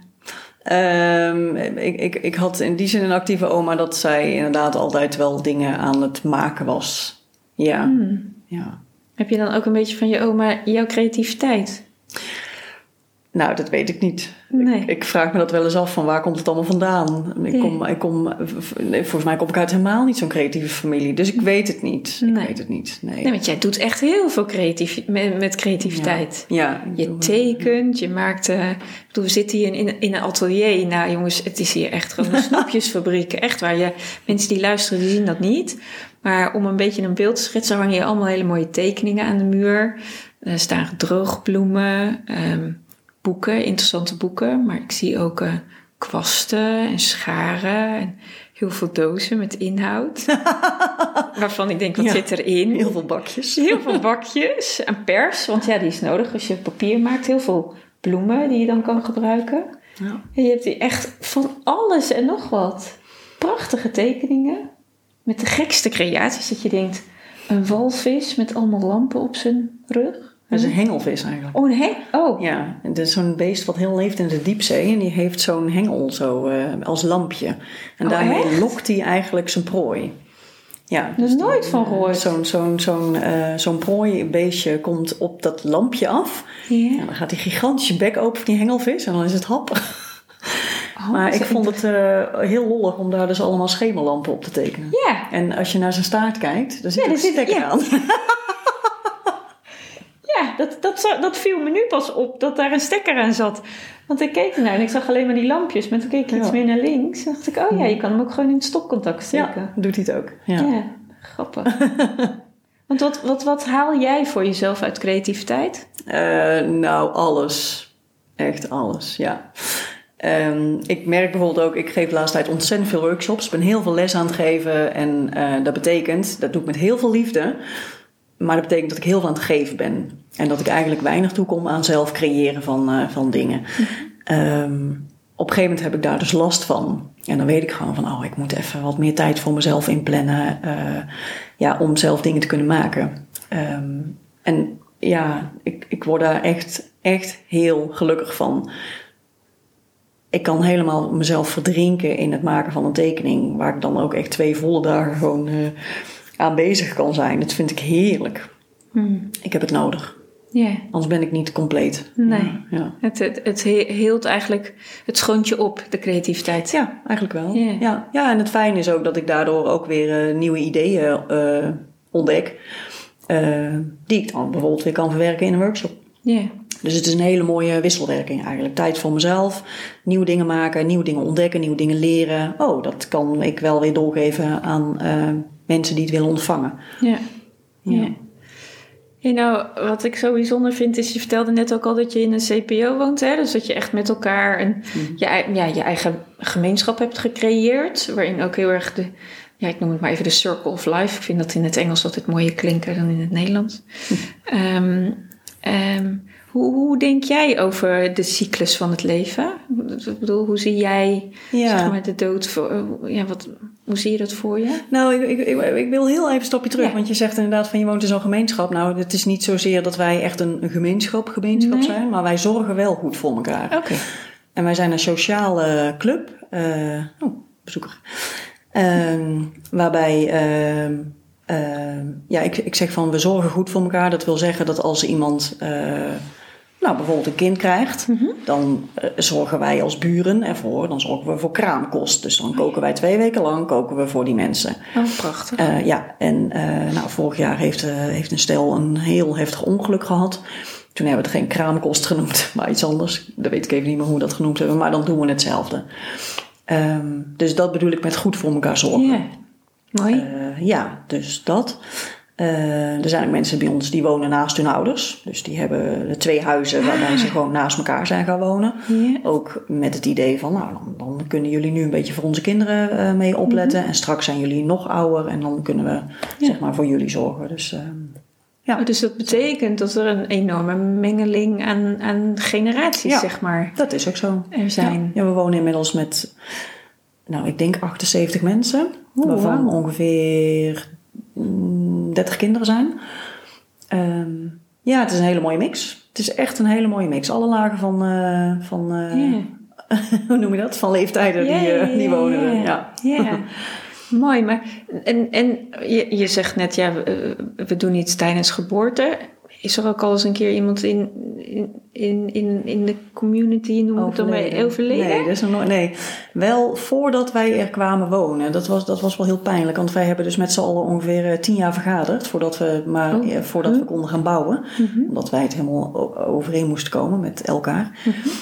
Ik had in die zin een actieve oma dat zij inderdaad altijd wel dingen aan het maken was. Ja. Heb je dan ook een beetje van je oma jouw creativiteit? Nou, dat weet ik niet. Nee. Ik vraag me dat wel eens af van waar komt het allemaal vandaan. Volgens mij kom ik uit helemaal niet zo'n creatieve familie. Dus ik weet het niet. Nee, want jij doet echt heel veel met creativiteit. Ja. Je tekent, je maakt... we zitten hier in een atelier. Nou jongens, het is hier echt gewoon een snoepjesfabriek. Echt waar. Mensen die luisteren, die zien dat niet. Maar om een beetje een beeld te schetsen... hang je allemaal hele mooie tekeningen aan de muur... Er staan droogbloemen, boeken, interessante boeken. Maar ik zie ook kwasten en scharen en heel veel dozen met inhoud. Waarvan ik denk, wat zit erin? Heel veel bakjes. Heel veel bakjes. En pers, want die is nodig als je papier maakt. Heel veel bloemen die je dan kan gebruiken. Ja. En je hebt hier echt van alles en nog wat. Prachtige tekeningen. Met de gekste creaties dat je denkt... Een walvis met allemaal lampen op zijn rug. Dat is een hengelvis eigenlijk. Oh, oh. Ja, het is zo'n beest wat heel leeft in de diepzee. En die heeft zo'n hengel zo als lampje. En daarmee echt? lokt hij eigenlijk zijn prooi. Ja, Er is nooit van gehoord. Zo'n prooibeestje komt op dat lampje af. Ja. En dan gaat die gigantische bek open van die hengelvis. En dan is het hap. Maar ik vond het heel lollig om daar dus allemaal schemerlampen op te tekenen. Ja. En als je naar zijn staart kijkt, dan zit er een stekker aan. Ja, dat viel me nu pas op, dat daar een stekker aan zat. Want ik keek ernaar en ik zag alleen maar die lampjes. Maar toen keek ik iets meer naar links. En dacht ik, oh ja, je kan hem ook gewoon in het stopcontact steken. Ja, doet hij het ook. Ja, grappig. Want wat haal jij voor jezelf uit creativiteit? Nou, alles. Echt alles, ja. Ik merk bijvoorbeeld ook, ik geef de laatste tijd ontzettend veel workshops. Ik ben heel veel les aan het geven. En dat betekent, dat doe ik met heel veel liefde. Maar dat betekent dat ik heel veel aan het geven ben. En dat ik eigenlijk weinig toekom aan zelf creëren van dingen. Op een gegeven moment heb ik daar dus last van. En dan weet ik gewoon van, ik moet even wat meer tijd voor mezelf inplannen. Om zelf dingen te kunnen maken. En ja, ik word daar echt heel gelukkig van. Ik kan helemaal mezelf verdrinken in het maken van een tekening. Waar ik dan ook echt 2 volle dagen gewoon aan bezig kan zijn. Dat vind ik heerlijk. Ik heb het nodig. Yeah. Anders ben ik niet compleet. Nee. Ja. Het hield eigenlijk... Het schoont je op, de creativiteit. Ja, eigenlijk wel. Yeah. Ja, en het fijne is ook dat ik daardoor ook weer nieuwe ideeën ontdek. Die ik dan bijvoorbeeld weer kan verwerken in een workshop. Yeah. Dus het is een hele mooie wisselwerking eigenlijk. Tijd voor mezelf, nieuwe dingen maken, nieuwe dingen ontdekken, nieuwe dingen leren. Dat kan ik wel weer doorgeven aan mensen die het willen ontvangen. Ja. Ja, nou, wat ik zo bijzonder vind is, je vertelde net ook al dat je in een CPO woont. Hè? Dus dat je echt met elkaar je eigen gemeenschap hebt gecreëerd. Waarin ook heel erg ik noem het maar even de circle of life. Ik vind dat in het Engels altijd mooier klinken dan in het Nederlands. Hoe denk jij over de cyclus van het leven? Ik bedoel, hoe zie jij zeg maar, de dood voor... hoe zie je dat voor je? Nou, ik wil heel even een stapje terug. Want je zegt inderdaad van je woont in zo'n gemeenschap. Nou, het is niet zozeer dat wij echt een gemeenschap zijn. Maar wij zorgen wel goed voor elkaar. Okay. En wij zijn een sociale club. Bezoeker. Waarbij... ik zeg van we zorgen goed voor elkaar. Dat wil zeggen dat als iemand bijvoorbeeld een kind krijgt, dan zorgen wij als buren ervoor. Dan zorgen we voor kraamkost. Dus dan koken wij 2 weken lang voor die mensen. Oh, prachtig. Vorig jaar heeft een stel een heel heftig ongeluk gehad. Toen hebben we het geen kraamkost genoemd, maar iets anders. Dat weet ik even niet meer hoe we dat genoemd hebben. Maar dan doen we hetzelfde. Dus dat bedoel ik met goed voor elkaar zorgen. Yeah. Mooi. Dus dat. Er zijn ook mensen bij ons die wonen naast hun ouders. Dus die hebben 2 huizen waarbij ze gewoon naast elkaar zijn gaan wonen. Yeah. Ook met het idee van, dan kunnen jullie nu een beetje voor onze kinderen mee opletten. En straks zijn jullie nog ouder en dan kunnen we zeg maar voor jullie zorgen. Dus, dus dat betekent dat er een enorme mengeling aan generaties, zeg maar. Dat is ook zo. Er zijn. Ja, we wonen inmiddels met... ik denk 78 mensen, waarvan ongeveer 30 kinderen zijn. Het is een hele mooie mix. Het is echt een hele mooie mix. Alle lagen van hoe noem je dat? Van leeftijden die wonen. Ja. Mooi, maar en je zegt net, we doen iets tijdens geboorte. Is er ook al eens een keer iemand in de community, noem ik het dan maar, overleden? Nee, dat is nog nooit. Nee, wel voordat wij er kwamen wonen. Dat was wel heel pijnlijk, want wij hebben dus met z'n allen ongeveer 10 jaar vergaderd voordat we konden gaan bouwen. Omdat wij het helemaal overeen moesten komen met elkaar.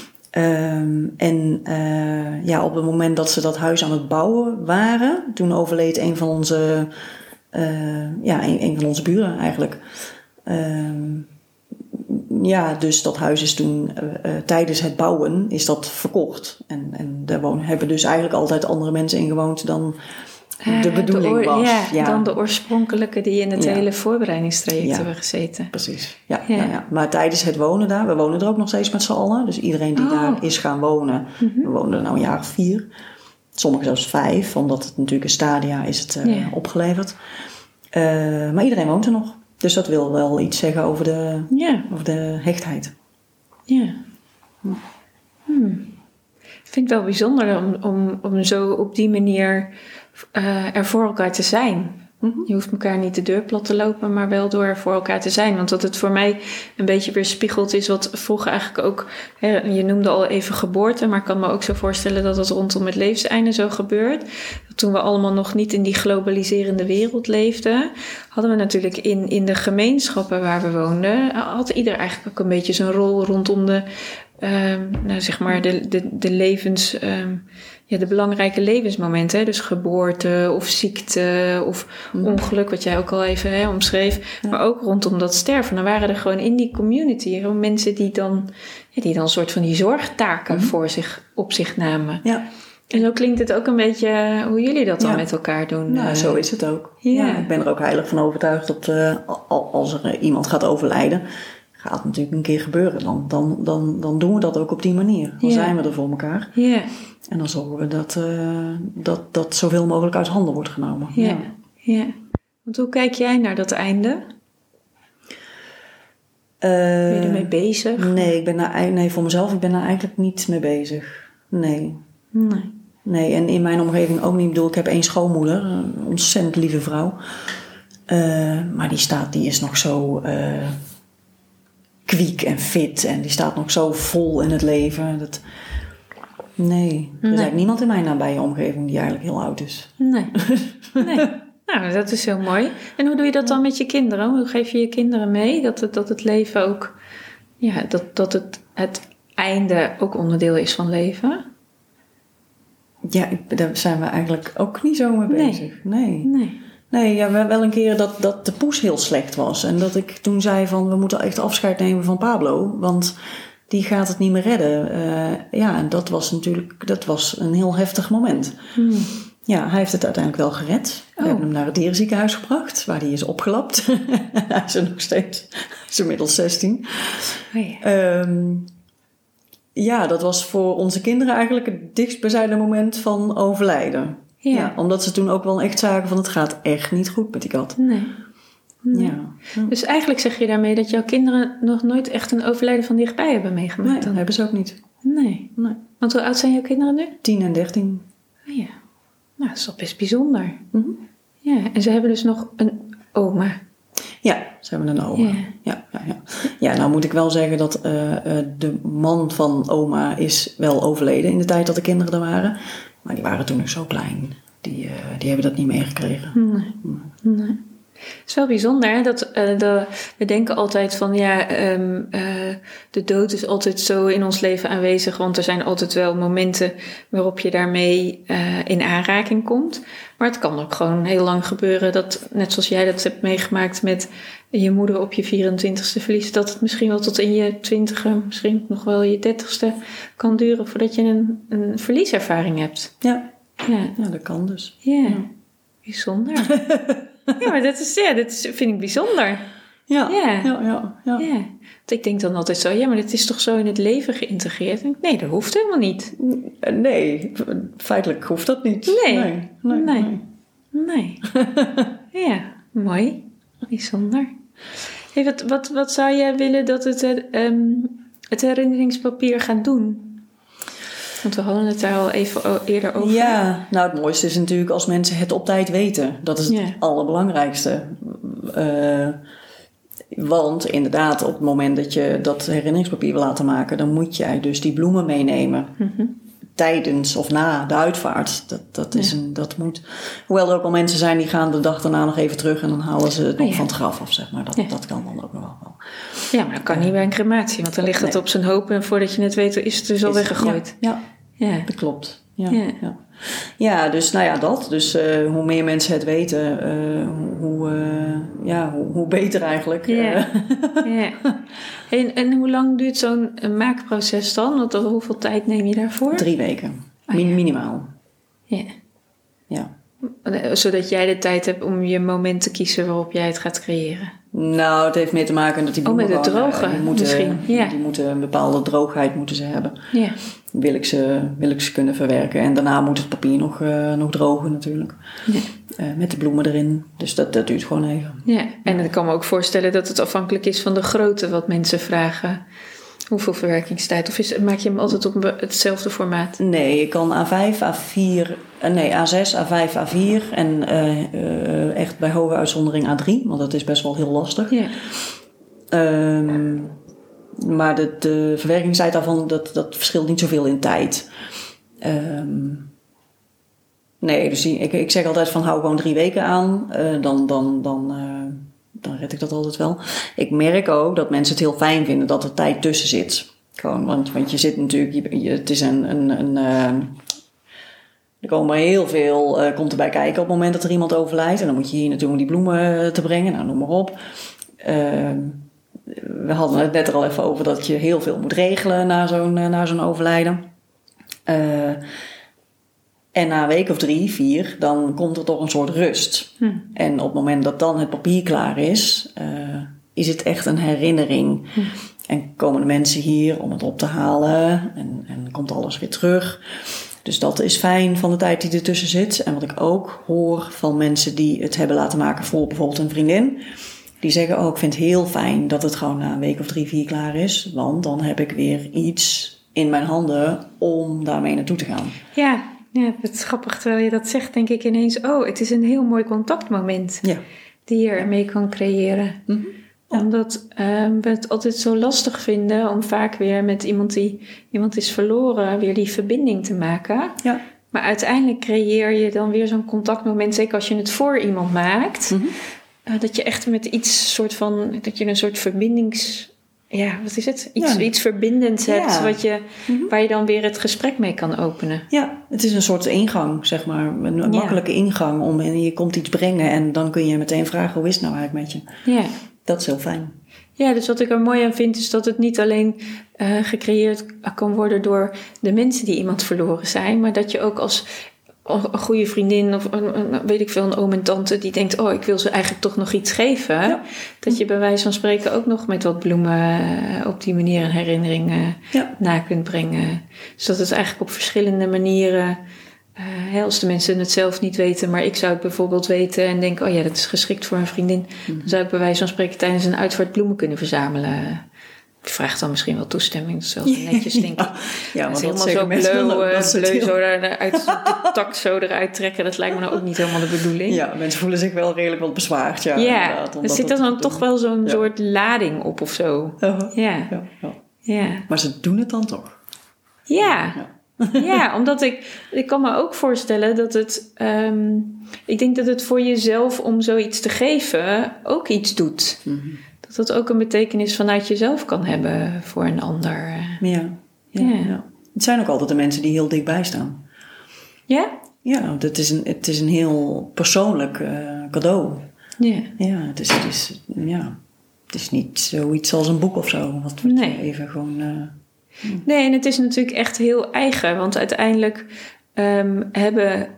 Op het moment dat ze dat huis aan het bouwen waren, toen overleed een van onze buren eigenlijk. dus dat huis is toen tijdens het bouwen is dat verkocht. En daar hebben dus eigenlijk altijd andere mensen in gewoond dan de bedoeling was. Dan de oorspronkelijke die in het hele voorbereidingstraject hebben gezeten. Precies. Ja. Maar tijdens het wonen daar, we wonen er ook nog steeds met z'n allen. Dus iedereen die daar is gaan wonen, we wonen er nou een jaar of 4. Sommigen zelfs 5, omdat het natuurlijk een stadia is het opgeleverd. Maar iedereen woont er nog. Dus dat wil wel iets zeggen over de hechtheid. Ja. Ik vind het wel bijzonder om zo op die manier er voor elkaar te zijn. Je hoeft elkaar niet de deur plat te lopen, maar wel door er voor elkaar te zijn. Want dat het voor mij een beetje weerspiegeld is wat vroeger eigenlijk ook... je noemde al even geboorte, maar ik kan me ook zo voorstellen dat het rondom het levenseinde zo gebeurt. Toen we allemaal nog niet in die globaliserende wereld leefden, hadden we natuurlijk in de gemeenschappen waar we woonden, had ieder eigenlijk ook een beetje zijn rol rondom de levens... de belangrijke levensmomenten. Dus geboorte of ziekte of ongeluk, wat jij ook al even omschreef. Ja. Maar ook rondom dat sterven. Dan waren er gewoon in die community gewoon mensen die dan een soort van die zorgtaken op zich namen. Ja. En zo klinkt het ook een beetje hoe jullie dat dan met elkaar doen. Nou, zo is het ook. Ja, ik ben er ook heilig van overtuigd dat als er iemand gaat overlijden, gaat natuurlijk een keer gebeuren. Dan doen we dat ook op die manier. Dan zijn we er voor elkaar. Ja. En dan zorgen we dat zoveel mogelijk uit handen wordt genomen. Ja. Want hoe kijk jij naar dat einde? Ben je ermee bezig? Nee, voor mezelf, ik ben daar eigenlijk niet mee bezig. Nee, en in mijn omgeving ook niet. Ik bedoel, ik heb 1 schoonmoeder, een ontzettend lieve vrouw. Maar die is nog zo kwiek en fit. En die staat nog zo vol in het leven. Er is eigenlijk niemand in mijn nabije omgeving die eigenlijk heel oud is. Nee. Nou, dat is heel mooi. En hoe doe je dat dan met je kinderen? Hoe geef je je kinderen mee dat het leven ook... Ja, dat het einde ook onderdeel is van leven? Ja, daar zijn we eigenlijk ook niet zo mee bezig. Nee, wel een keer dat de poes heel slecht was. En dat ik toen zei van, we moeten echt afscheid nemen van Pablo. Want die gaat het niet meer redden. En dat was een heel heftig moment. Ja, hij heeft het uiteindelijk wel gered. We hebben hem naar het dierenziekenhuis gebracht, waar hij is opgelapt. Hij is er nog steeds. Hij is inmiddels 16. Dat was voor onze kinderen eigenlijk het dichtstbijzijnde moment van overlijden. Ja, omdat ze toen ook wel echt zagen van, het gaat echt niet goed met die kat. Nee. Ja. Dus eigenlijk zeg je daarmee dat jouw kinderen nog nooit echt een overlijden van dichtbij hebben meegemaakt? Nee, dat hebben ze ook niet. Nee. Want hoe oud zijn jouw kinderen nu? 10 en 13. Oh ja. Nou, dat is wel best bijzonder. Ja, en ze hebben dus nog een oma. Ja, ze hebben een oma. Ja, nou moet ik wel zeggen dat de man van oma is wel overleden in de tijd dat de kinderen er waren. Maar die waren toen nog zo klein. Die hebben dat niet meegekregen. Nee. Het is wel bijzonder, hè? We denken altijd van de dood is altijd zo in ons leven aanwezig, want er zijn altijd wel momenten waarop je daarmee in aanraking komt. Maar het kan ook gewoon heel lang gebeuren dat, net zoals jij dat hebt meegemaakt met je moeder op je 24ste verlies, dat het misschien wel tot in je 20e, misschien nog wel je 30ste kan duren voordat je een verlieservaring hebt. Ja, dat kan dus. Ja. Bijzonder. Ja, maar dat vind ik bijzonder. Ja. Want ik denk dan altijd zo, maar het is toch zo in het leven geïntegreerd? Nee, dat hoeft helemaal niet. Nee, feitelijk hoeft dat niet. Nee. Ja, mooi. Bijzonder. Hey, wat zou jij willen dat het herinneringspapier gaat doen? Want we hadden het daar al even eerder over. Ja, nou het mooiste is natuurlijk als mensen het op tijd weten. Dat is het allerbelangrijkste. Want inderdaad, op het moment dat je dat herinneringspapier wil laten maken, dan moet jij dus die bloemen meenemen. Tijdens of na de uitvaart. Dat moet. Hoewel er ook al mensen zijn die gaan de dag daarna nog even terug en dan halen ze het nog van het graf af, zeg maar. Dat kan dan ook nog wel. Ja, maar dat kan niet bij een crematie, want dan ligt het op zijn hoop en voordat je het weet is het dus al weggegooid. Ja, dat klopt. Ja, dus nou ja, dat. Dus hoe meer mensen het weten, hoe beter eigenlijk. Ja. En hoe lang duurt zo'n maakproces dan? Hoeveel tijd neem je daarvoor? 3 weken. Minimaal. Ja. Zodat jij de tijd hebt om je moment te kiezen waarop jij het gaat creëren. Nou, het heeft mee te maken dat die bloemen met het drogen misschien. Die moeten een bepaalde droogheid moeten ze hebben. Ja. Wil ik ze kunnen verwerken. En daarna moet het papier nog drogen natuurlijk. Ja. Met de bloemen erin. Dus dat duurt gewoon even. Ja, en ik kan me ook voorstellen dat het afhankelijk is van de grootte wat mensen vragen. Hoeveel verwerkingstijd? Of maak je hem altijd op hetzelfde formaat? Nee, je kan A5, A4, A6, A5, A4 en echt bij hoge uitzondering A3, want dat is best wel heel lastig. Ja. Maar de verwerkingstijd daarvan, dat verschilt niet zoveel in tijd. Nee, dus ik zeg altijd van hou gewoon 3 weken aan, dan red ik dat altijd wel. Ik merk ook dat mensen het heel fijn vinden dat er tijd tussen zit. Gewoon, want je zit natuurlijk, het is er komen heel veel, komt erbij kijken op het moment dat er iemand overlijdt. En dan moet je hier natuurlijk om die bloemen te brengen, nou noem maar op. We hadden het net er al even over dat je heel veel moet regelen na zo'n overlijden. En na een week of 3, 4, dan komt er toch een soort rust. En op het moment dat dan het papier klaar is, is het echt een herinnering. En komen de mensen hier om het op te halen en komt alles weer terug. Dus dat is fijn van de tijd die ertussen zit. En wat ik ook hoor van mensen die het hebben laten maken voor bijvoorbeeld een vriendin. Die zeggen ik vind het heel fijn dat het gewoon na een week of 3, 4 klaar is. Want dan heb ik weer iets in mijn handen om daarmee naartoe te gaan. Ja, het is grappig. Terwijl je dat zegt, denk ik ineens, het is een heel mooi contactmoment die je ermee kan creëren. Mm-hmm. Omdat we het altijd zo lastig vinden om vaak weer met iemand die iemand is verloren, weer die verbinding te maken. Ja. Maar uiteindelijk creëer je dan weer zo'n contactmoment, zeker als je het voor iemand maakt, dat je echt met iets dat je een soort verbindings... Ja, wat is het? Iets verbindends hebt waar je dan weer het gesprek mee kan openen. Ja, het is een soort ingang, zeg maar. Een makkelijke ingang en je komt iets brengen en dan kun je meteen vragen, hoe is het nou eigenlijk met je? Ja. Dat is heel fijn. Ja, dus wat ik er mooi aan vind is dat het niet alleen gecreëerd kan worden door de mensen die iemand verloren zijn, maar dat je ook als een goede vriendin of een oom en tante die denkt, ik wil ze eigenlijk toch nog iets geven. Ja. Dat je bij wijze van spreken ook nog met wat bloemen op die manier een herinnering na kunt brengen. Dus dat het eigenlijk op verschillende manieren, als de mensen het zelf niet weten, maar ik zou het bijvoorbeeld weten en denk, dat is geschikt voor een vriendin. Dan zou ik bij wijze van spreken tijdens een uitvaart bloemen kunnen verzamelen. Ik vraag dan misschien wel toestemming, dat is wel zo netjes, denk ik. Ja, maar dat helemaal zo bleu zo uit de tak zo eruit trekken, dat lijkt me nou ook niet helemaal de bedoeling. Ja, mensen voelen zich wel redelijk wat bezwaard. Ja, er zit dan toch wel zo'n soort lading op of zo. Ja. Maar ze doen het dan toch? Ja, omdat ik kan me ook voorstellen dat het... ik denk dat het voor jezelf om zoiets te geven ook iets doet. Mm-hmm. Dat dat ook een betekenis vanuit jezelf kan hebben voor een ander. Ja. Het zijn ook altijd de mensen die heel dichtbij staan. Ja? Ja, het is een heel persoonlijk cadeau. Ja. Ja, het is niet zoiets als een boek of zo. Wat even gewoon... Nee, en het is natuurlijk echt heel eigen. Want uiteindelijk hebben...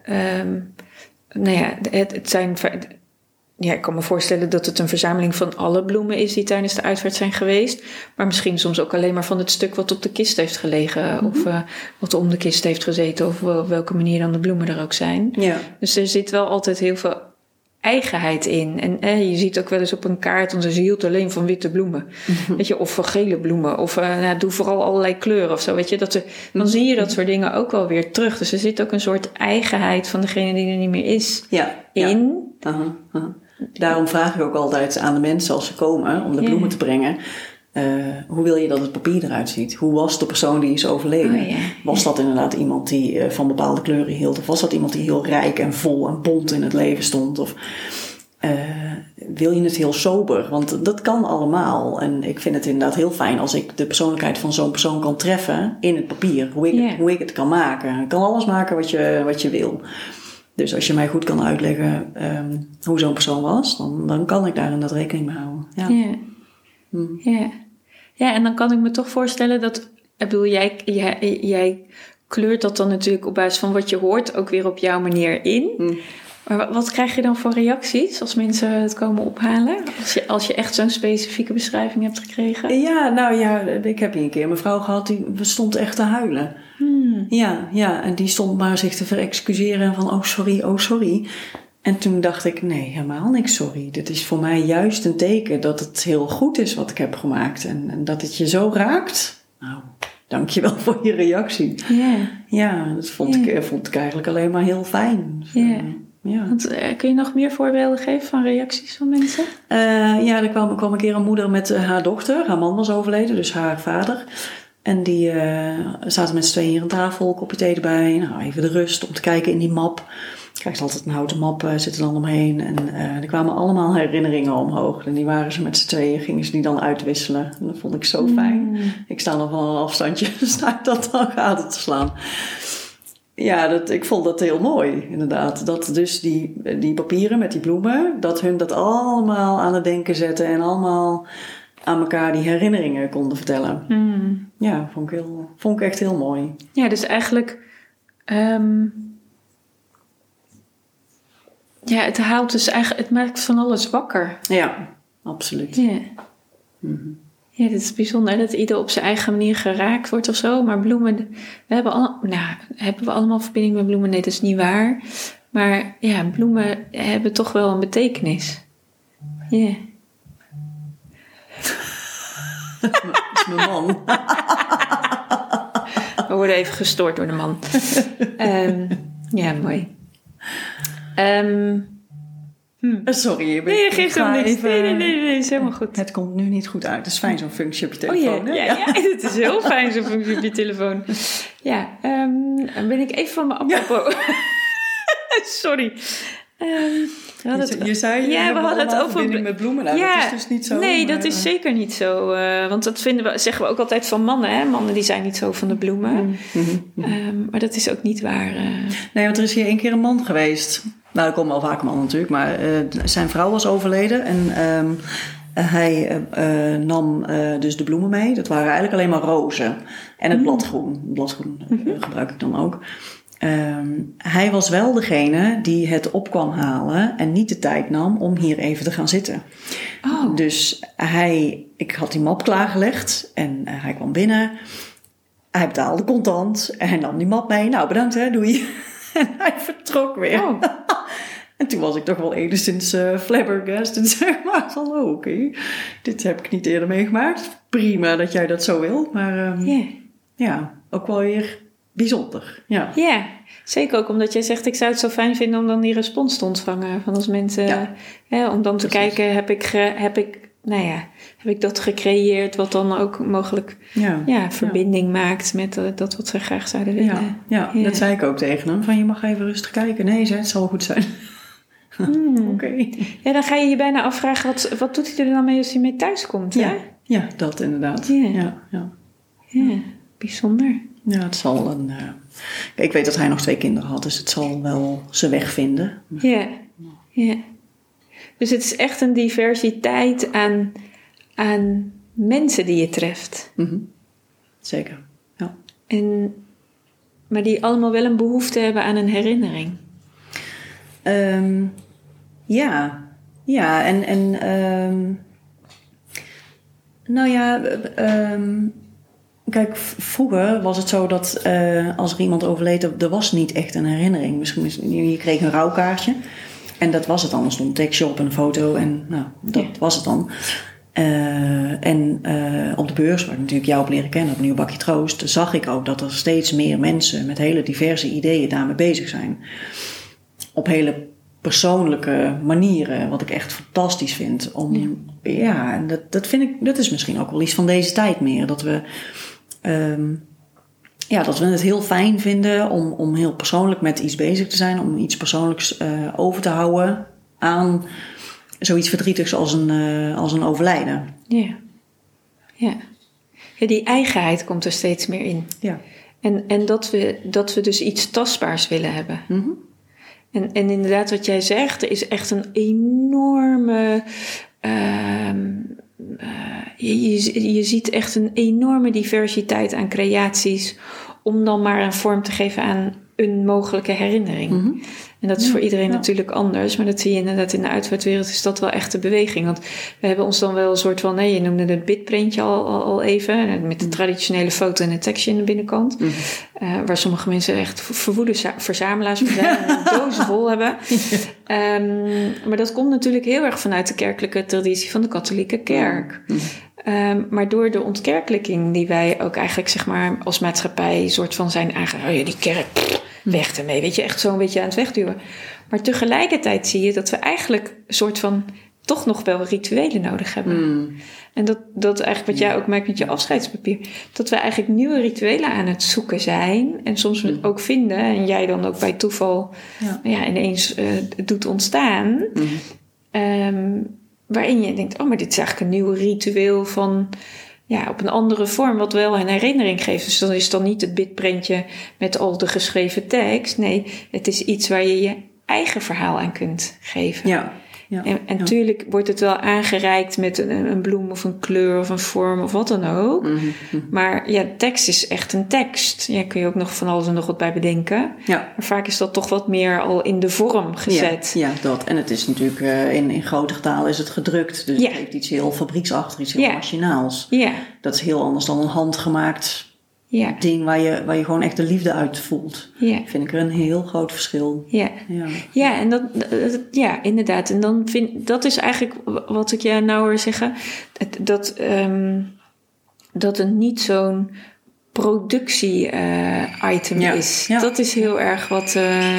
het zijn... Ja, ik kan me voorstellen dat het een verzameling van alle bloemen is die tijdens de uitvaart zijn geweest. Maar misschien soms ook alleen maar van het stuk wat op de kist heeft gelegen. Mm-hmm. Of wat om de kist heeft gezeten. Of op welke manier dan de bloemen er ook zijn. Ja. Dus er zit wel altijd heel veel eigenheid in. En je ziet ook wel eens op een kaart, want ze hield alleen van witte bloemen. Mm-hmm. Weet je, of van gele bloemen. Of doe vooral allerlei kleuren of zo. Weet je, dan zie je dat soort dingen ook wel weer terug. Dus er zit ook een soort eigenheid van degene die er niet meer is in. Ja. Daarom vraag ik ook altijd aan de mensen als ze komen om de bloemen te brengen. Hoe wil je dat het papier eruit ziet? Hoe was de persoon die is overleden? Was dat inderdaad iemand die van bepaalde kleuren hield? Of was dat iemand die heel rijk en vol en bont in het leven stond? Of wil je het heel sober? Want dat kan allemaal. En ik vind het inderdaad heel fijn als ik de persoonlijkheid van zo'n persoon kan treffen in het papier. Hoe ik het kan maken. Ik kan alles maken wat je wil. Dus als je mij goed kan uitleggen hoe zo'n persoon was, dan kan ik daar inderdaad rekening mee houden. Ja. Ja, en dan kan ik me toch voorstellen dat... Ik bedoel, jij kleurt dat dan natuurlijk op basis van wat je hoort ook weer op jouw manier in. Maar wat krijg je dan voor reacties als mensen het komen ophalen? Als je echt zo'n specifieke beschrijving hebt gekregen? Ja, ik heb hier een keer een mevrouw gehad die stond echt te huilen. Ja, en die stond maar zich te verexcuseren van oh sorry. En toen dacht ik, nee, helemaal niks sorry. Dit is voor mij juist een teken dat het heel goed is wat ik heb gemaakt. En dat het je zo raakt. Nou, dankjewel voor je reactie. Ja, dat vond ik eigenlijk alleen maar heel fijn. Ja. Want, kun je nog meer voorbeelden geven van reacties van mensen? Er kwam een keer een moeder met haar dochter. Haar man was overleden, dus haar vader. En die zaten met z'n tweeën hier aan tafel, kopje thee erbij. Nou, even de rust om te kijken in die map. Krijgt altijd een houten map, zit er dan omheen. En er kwamen allemaal herinneringen omhoog. En die waren ze met z'n tweeën, gingen ze die dan uitwisselen. En dat vond ik zo fijn. Ik sta nog van een afstandje, sta ik dat dan gaten te slaan. Ja, ik vond dat heel mooi, inderdaad. Dat dus die papieren met die bloemen, dat hun dat allemaal aan het denken zetten en allemaal aan elkaar die herinneringen konden vertellen. Ja, vond ik echt heel mooi. Ja, dus eigenlijk... het haalt dus eigenlijk... Het maakt van alles wakker. Ja, absoluut. Ja. Ja, dit is bijzonder, dat ieder op zijn eigen manier geraakt wordt of zo. Maar bloemen... hebben we allemaal verbinding met bloemen? Nee, dat is niet waar. Maar ja, bloemen hebben toch wel een betekenis. Ja. Dat is mijn man. We worden even gestoord door de man. Ja, mooi. Sorry. Nee, je geeft hem niks. Nee, is helemaal goed. Het komt nu niet goed uit. Het is fijn zo'n functie op je telefoon. Ja, het is heel fijn zo'n functie op je telefoon. Ja, dan ben ik even van mijn apropos. Sorry. Je zei, we hadden het over verbinding met bloemen. Nou, dat is dus niet zo. Nee, dat is zeker niet zo. Want dat zeggen we ook altijd van mannen. Hè? Mannen die zijn niet zo van de bloemen. Maar dat is ook niet waar. Nee, want er is hier 1 keer een man geweest. Nou, er komen wel vaak mannen natuurlijk. Maar zijn vrouw was overleden. En hij nam dus de bloemen mee. Dat waren eigenlijk alleen maar rozen. En het bladgroen. Bladgroen gebruik ik dan ook. Hij was wel degene die het op kwam halen en niet de tijd nam om hier even te gaan zitten. Oh. Dus ik had die map klaargelegd en hij kwam binnen. Hij betaalde contant en hij nam die map mee. Nou, bedankt hè, doei. En hij vertrok weer. Oh. En toen was ik toch wel enigszins flabbergasted, zeg maar. Van, oké, dit heb ik niet eerder meegemaakt. Prima dat jij dat zo wil. Maar ja, ook wel weer... bijzonder, ja. Ja, zeker ook omdat jij zegt... ik zou het zo fijn vinden om dan die respons te ontvangen. Van als mensen... om dan te kijken, heb ik dat gecreëerd... wat dan ook mogelijk verbinding maakt... met dat wat ze graag zouden willen. Ja, dat zei ik ook tegen hem. Van je mag even rustig kijken. Nee, het zal goed zijn. Oké. Ja, dan ga je je bijna afvragen... wat doet hij er dan mee als hij mee thuis komt? Ja, dat inderdaad. Ja, bijzonder. Ja, het zal ik weet dat hij nog 2 kinderen had, dus het zal wel zijn weg vinden. Ja. Dus het is echt een diversiteit aan mensen die je treft. Zeker, ja. Maar die allemaal wel een behoefte hebben aan een herinnering. Kijk, vroeger was het zo dat als er iemand overleed, er was niet echt een herinnering. Misschien je kreeg een rouwkaartje en dat was het dan. Er stond een tekstje op en een foto en nou, dat was het dan. Op de beurs, waar ik natuurlijk jou heb leren kennen, op Nieuw Bakje Troost, zag ik ook dat er steeds meer mensen met hele diverse ideeën daarmee bezig zijn. Op hele persoonlijke manieren, wat ik echt fantastisch vind. Dat vind ik, dat is misschien ook wel iets van deze tijd meer. Dat we het heel fijn vinden om heel persoonlijk met iets bezig te zijn, om iets persoonlijks over te houden aan zoiets verdrietigs als een overlijden. Ja. Ja, die eigenheid komt er steeds meer in. Ja. En dat we dus iets tastbaars willen hebben. Mm-hmm. En inderdaad wat jij zegt, er is echt een enorme... je ziet echt een enorme diversiteit aan creaties... om dan maar een vorm te geven aan een mogelijke herinnering. Mm-hmm. En dat is voor iedereen natuurlijk anders. Maar dat zie je inderdaad in de uitvaartwereld is dat wel echt de beweging. Want we hebben ons dan wel een soort van... je noemde het bitprintje al even. Met de traditionele foto en het tekstje in de binnenkant. Mm-hmm. Waar sommige mensen echt verwoede verzamelaars van zijn. En een dozen vol hebben. Maar dat komt natuurlijk heel erg vanuit de kerkelijke traditie van de katholieke kerk. Mm-hmm. Maar door de ontkerkelijking die wij ook eigenlijk zeg maar als maatschappij soort van zijn aangegaan. Die kerk... weg ermee, weet je, echt zo'n beetje aan het wegduwen. Maar tegelijkertijd zie je dat we eigenlijk een soort van toch nog wel rituelen nodig hebben. En dat eigenlijk wat jij ook maakt met je afscheidspapier, dat we eigenlijk nieuwe rituelen aan het zoeken zijn en soms ook vinden en jij dan ook bij toeval ineens doet ontstaan. Waarin je denkt, maar dit is eigenlijk een nieuw ritueel van... op een andere vorm, wat wel een herinnering geeft. Dus dan is het dan niet het bitprintje met al de geschreven tekst. Nee, het is iets waar je je eigen verhaal aan kunt geven. Ja. En natuurlijk wordt het wel aangereikt met een bloem of een kleur of een vorm of wat dan ook. Mm-hmm. Maar tekst is echt een tekst. Ja, kun je ook nog van alles en nog wat bij bedenken. Ja. Maar vaak is dat toch wat meer al in de vorm gezet. Ja, dat. En het is natuurlijk in grote getal is het gedrukt. Dus het heeft iets heel fabrieksachtigs, iets heel machinaals. Ja. Dat is heel anders dan een handgemaakt ding waar je gewoon echt de liefde uit voelt. Ja. Vind ik er een heel groot verschil. Ja, en dat inderdaad. En dan dat is eigenlijk wat ik jou nou hoor zeggen. Dat het niet zo'n productie-item is. Ja. Dat is heel erg wat...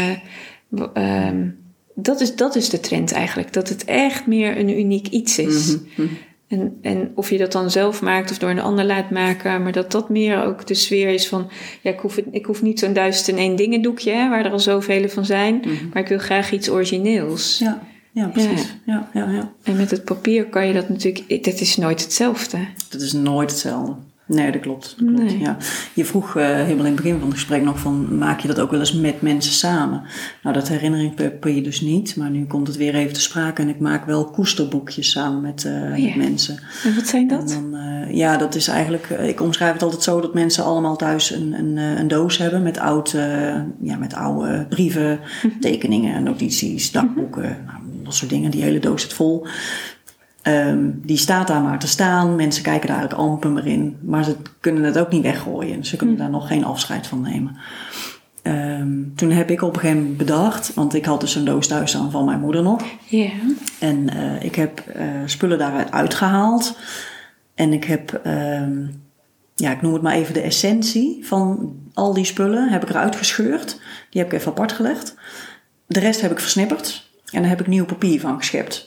dat is de trend eigenlijk. Dat het echt meer een uniek iets is. Mm-hmm. En of je dat dan zelf maakt of door een ander laat maken. Maar dat meer ook de sfeer is van... ik hoef niet zo'n 1001 dingen doekje... waar er al zoveel van zijn. Mm-hmm. Maar ik wil graag iets origineels. Ja, precies. Ja. En met het papier kan je dat natuurlijk... Dat is nooit hetzelfde. Dat is nooit hetzelfde. Nee, dat klopt. Nee. Ja. Je vroeg helemaal in het begin van het gesprek nog van... maak je dat ook wel eens met mensen samen? Nou, dat herinneringspapier dus niet. Maar nu komt het weer even te sprake. En ik maak wel koesterboekjes samen met mensen. En wat zijn dat? En dan, dat is eigenlijk... ik omschrijf het altijd zo dat mensen allemaal thuis een doos hebben... met oude brieven, tekeningen, notities, dagboeken... dat soort dingen. Die hele doos zit vol... die staat daar maar te staan. Mensen kijken daar eigenlijk amper meer in. Maar ze kunnen het ook niet weggooien. Ze kunnen daar nog geen afscheid van nemen. Toen heb ik op een gegeven moment bedacht... want ik had dus een doos thuis staan van mijn moeder nog. Yeah. En ik heb spullen daaruit uitgehaald. En ik heb... ik noem het maar even de essentie van al die spullen... heb ik eruit gescheurd. Die heb ik even apart gelegd. De rest heb ik versnipperd. En daar heb ik nieuw papier van geschept.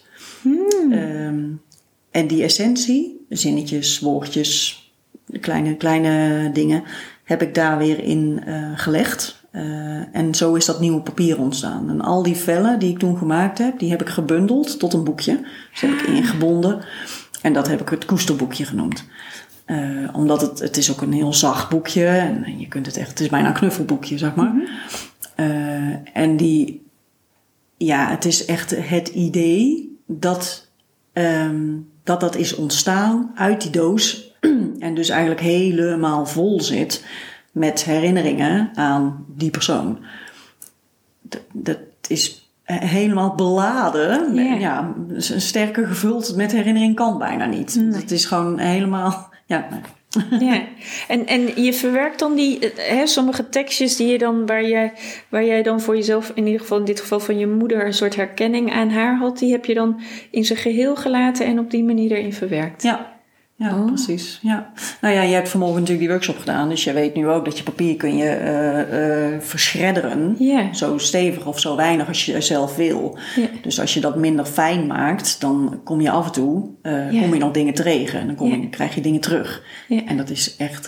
En die essentie, zinnetjes, woordjes, kleine dingen, heb ik daar weer in gelegd. En zo is dat nieuwe papier ontstaan. En al die vellen die ik toen gemaakt heb, die heb ik gebundeld tot een boekje. Dus heb ik ingebonden. En dat heb ik het koesterboekje genoemd. Omdat het is ook een heel zacht boekje. En je kunt het is bijna een knuffelboekje, zeg maar. Mm-hmm. En het is echt het idee dat is ontstaan uit die doos en dus eigenlijk helemaal vol zit met herinneringen aan die persoon. Dat is helemaal beladen. Yeah. Sterker gevuld met herinnering kan bijna niet. Nee. Het is gewoon helemaal... Ja. En je verwerkt dan sommige tekstjes die je dan waar jij dan voor jezelf, in ieder geval in dit geval van je moeder, een soort herkenning aan haar had, die heb je dan in zijn geheel gelaten en op die manier erin verwerkt. Ja, precies. Ja. Nou ja, je hebt vanmorgen natuurlijk die workshop gedaan. Dus je weet nu ook dat je papier kun je verschredderen. Yeah. Zo stevig of zo weinig als je zelf wil. Yeah. Dus als je dat minder fijn maakt, dan kom je af en toe kom je nog dingen tegen. En dan krijg je dingen terug. Yeah. En dat is echt fantastisch.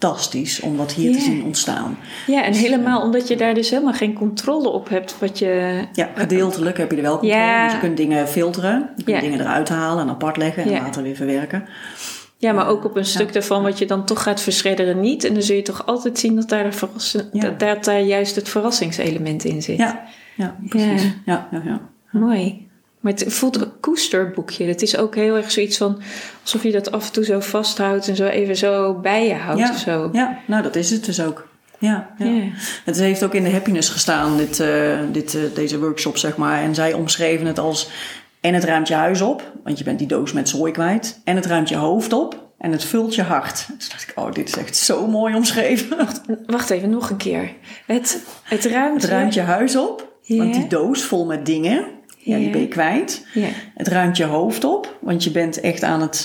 fantastisch om dat hier te zien ontstaan. Ja, en dus, helemaal omdat je daar dus helemaal geen controle op hebt. Wat je... Ja, gedeeltelijk heb je er wel controle. Ja. Dus je kunt dingen filteren. Je kunt dingen eruit halen en apart leggen en later weer verwerken. Ja, maar ook op een stuk daarvan wat je dan toch gaat verschredderen niet. En dan zul je toch altijd zien dat dat daar juist het verrassingselement in zit. Ja, precies. Ja. Mooi. Maar het voelt een koesterboekje. Het is ook heel erg zoiets van alsof je dat af en toe zo vasthoudt en zo even zo bij je houdt of zo. Ja, nou dat is het dus ook. Ja. Het heeft ook in de Happiness gestaan, deze workshop, zeg maar. En zij omschreven het als en het ruimt je huis op, want je bent die doos met zooi kwijt. En het ruimt je hoofd op en het vult je hart. Dus dacht ik, dit is echt zo mooi omschreven. Wacht even, nog een keer. Het ruimt je huis op, want die doos vol met dingen... Ja, die ben je kwijt. Ja. Het ruimt je hoofd op, want je bent echt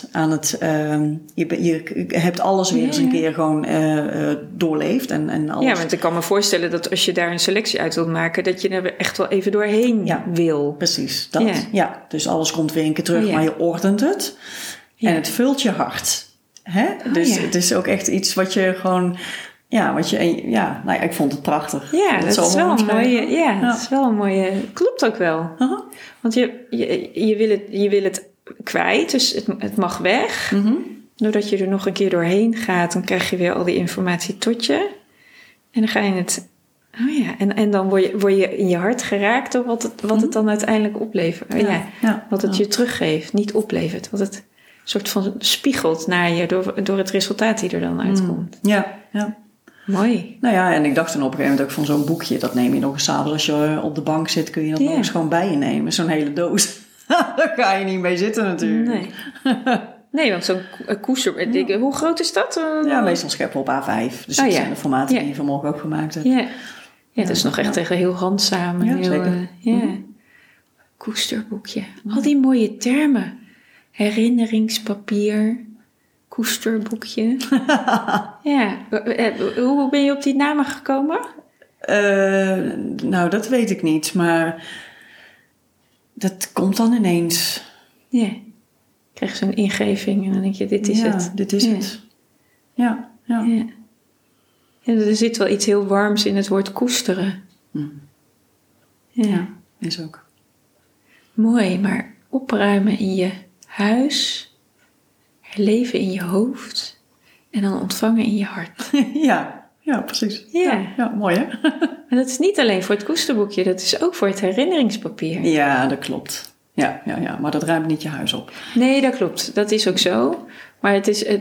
je hebt alles weer eens een keer gewoon doorleefd. En alles. Ja, want ik kan me voorstellen dat als je daar een selectie uit wilt maken, dat je er echt wel even doorheen wil. Precies, dat. Ja, dus alles komt weer een keer terug, maar je ordent het. En het vult je hart. Hè? Dus het is ook echt iets wat je gewoon... Ja, ik vond het prachtig. Ja, dat is wel een mooie. Ja, dat is wel een mooie. Klopt ook wel. Uh-huh. Want je wil het kwijt, dus het mag weg. Mm-hmm. Doordat je er nog een keer doorheen gaat, dan krijg je weer al die informatie tot je. En dan ga je het. Oh ja, en dan word je in je hart geraakt door wat het dan uiteindelijk oplevert. Wat het je teruggeeft, niet oplevert. Wat het soort van spiegelt naar je door het resultaat die er dan uitkomt. Ja. Mooi. Nou ja, en ik dacht dan op een gegeven moment ook van zo'n boekje, dat neem je nog eens 's avonds als je op de bank zit, kun je dat nog eens gewoon bij je nemen. Zo'n hele doos. Daar ga je niet mee zitten natuurlijk. Nee, want zo'n koester... Hoe groot is dat? Ja, meestal scheppen op A5. Dus dat zijn de formaten die je vanmorgen ook gemaakt hebt. Ja, dat is nog echt tegen heel handzaam. Ja, zeker. Koesterboekje. Al die mooie termen. Herinneringspapier... Koesterboekje. Ja. Hoe ben je op die namen gekomen? Nou, dat weet ik niet. Maar dat komt dan ineens. Ja. Je krijgt zo'n ingeving en dan denk je, dit is het. Dit is het. Ja. En er zit wel iets heel warms in het woord koesteren. Ja, is ook. Mooi, maar opruimen in je huis... Herleven in je hoofd en dan ontvangen in je hart. Ja, precies. Ja, mooi hè? Maar dat is niet alleen voor het koesterboekje, dat is ook voor het herinneringspapier. Ja, dat klopt. Ja, maar dat ruimt niet je huis op. Nee, dat klopt. Dat is ook zo. Maar het is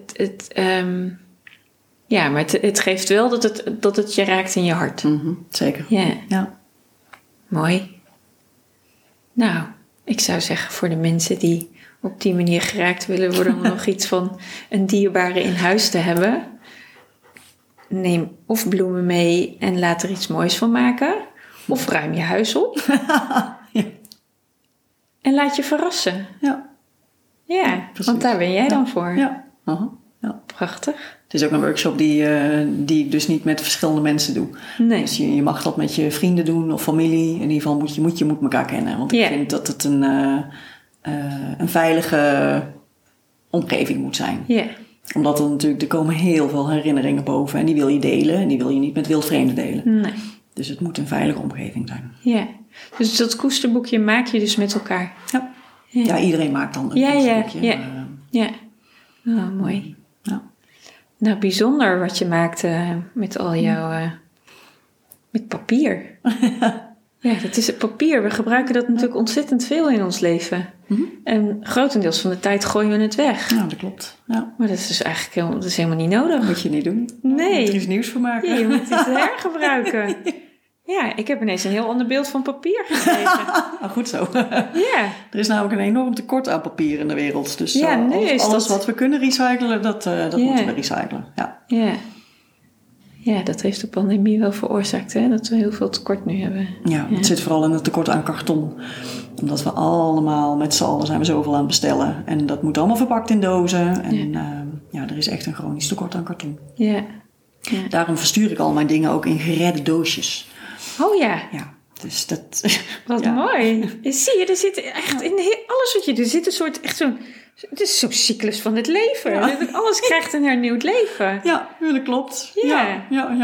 het geeft wel dat het je raakt in je hart. Mm-hmm, zeker. Ja. Mooi. Nou, ik zou zeggen voor de mensen die op die manier geraakt willen worden om nog iets van een dierbare in huis te hebben. Neem of bloemen mee en laat er iets moois van maken. Of ruim je huis op. En laat je verrassen. Ja, want daar ben jij dan voor. Ja. Prachtig. Het is ook een workshop die ik dus niet met verschillende mensen doe. Nee. Dus je mag dat met je vrienden doen of familie. In ieder geval moet je elkaar kennen. Want ik vind dat het een veilige omgeving moet zijn. Yeah. Omdat er komen heel veel herinneringen boven. En die wil je delen. En die wil je niet met wildvreemden delen. Nee. Dus het moet een veilige omgeving zijn. Ja. Dus dat koesterboekje maak je dus met elkaar. Ja, iedereen maakt dan een koesterboekje. Ja. Oh, mooi. Nou, bijzonder wat je maakt met al jouw... met papier. Ja, dat is het papier. We gebruiken dat natuurlijk ontzettend veel in ons leven. Mm-hmm. En grotendeels van de tijd gooien we het weg. Ja, dat klopt. Ja. Maar dat is dus eigenlijk helemaal niet nodig. Dat moet je niet doen. Nee. Je moet er iets nieuws voor maken. Ja, je moet het hergebruiken. Ja, ik heb ineens een heel ander beeld van papier gekregen. Goed zo. Ja. Er is namelijk een enorm tekort aan papier in de wereld. Dus alles wat we kunnen recyclen, dat moeten we recyclen. Ja, dat heeft de pandemie wel veroorzaakt, hè? Dat we heel veel tekort nu hebben. Ja, het zit vooral in het tekort aan karton. Omdat we allemaal met z'n allen zijn we zoveel aan het bestellen. En dat moet allemaal verpakt in dozen. En er is echt een chronisch tekort aan karton. Ja. Daarom verstuur ik al mijn dingen ook in geredde doosjes. Oh ja. Ja, dus dat... Wat mooi. Zie je, er zit echt in alles wat je doet. Er zit een soort echt zo'n Het is zo'n cyclus van het leven. Ja. Alles krijgt een hernieuwd leven. Ja, dat klopt. Ja.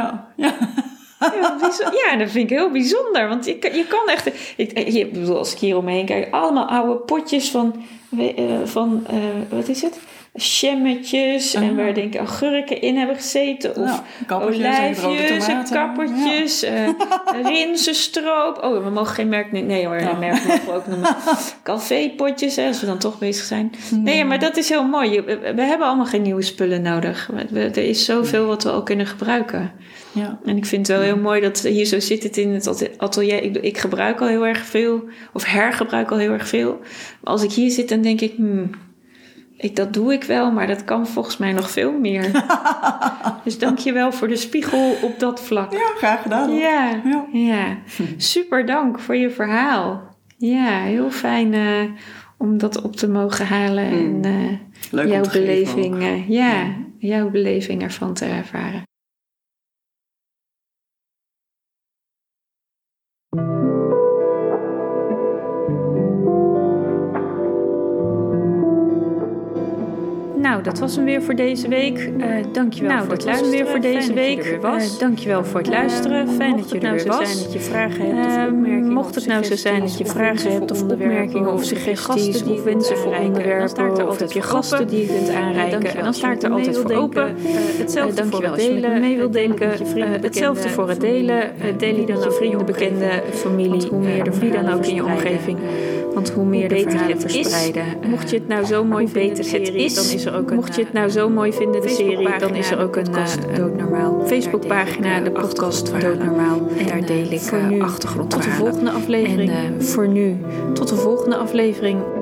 Ja, dat vind ik heel bijzonder. Want je kan echt... Ik bedoel, als ik hier omheen kijk... allemaal oude potjes van wat is het? Jammetjes. En waar denk ik augurken in hebben gezeten. Of olijfjes en kappertjes. Rinsenstroop. Oh, we mogen geen merk... Nee hoor, een merk mogen we ook noemen. Calvé-potjes, als we dan toch bezig zijn. Nee, maar dat is heel mooi. We hebben allemaal geen nieuwe spullen nodig. Er is zoveel wat we al kunnen gebruiken. Ja. En ik vind het wel heel mooi dat hier zo zit het in het atelier. Ik gebruik al heel erg veel. Of hergebruik al heel erg veel. Maar als ik hier zit, dan denk ik... dat doe ik wel, maar dat kan volgens mij nog veel meer. Dus dank je wel voor de spiegel op dat vlak. Ja, graag gedaan. Ja. Super dank voor je verhaal. Ja, heel fijn om dat op te mogen halen. En jouw beleving, jouw beleving ervan te ervaren. Nou, dat was hem weer voor deze week. Dankjewel voor het luisteren. Dankjewel voor het luisteren. Fijn dat je er weer was. Mocht het nou zo zijn dat je vragen hebt of opmerkingen of suggesties of wensen voor onderwerpen of heb je gasten die je kunt aanreiken, dan sta ik er altijd voor open. Hetzelfde voor het delen. Mee wil denken. Hetzelfde voor het delen. Deel je dan met je vrienden, bekenden, familie, hoe meer er wie dan ook in je omgeving. Want hoe meer beter het verspreiden. Mocht je het nou zo mooi vinden, de serie, dan is er ook een... Mocht je het nou zo mooi vinden, de serie, dan is er ook een Doodnormaal Facebookpagina, de podcast Doodnormaal. En daar deel ik achtergrondverhalen. Tot de volgende aflevering. En voor nu, tot de volgende aflevering.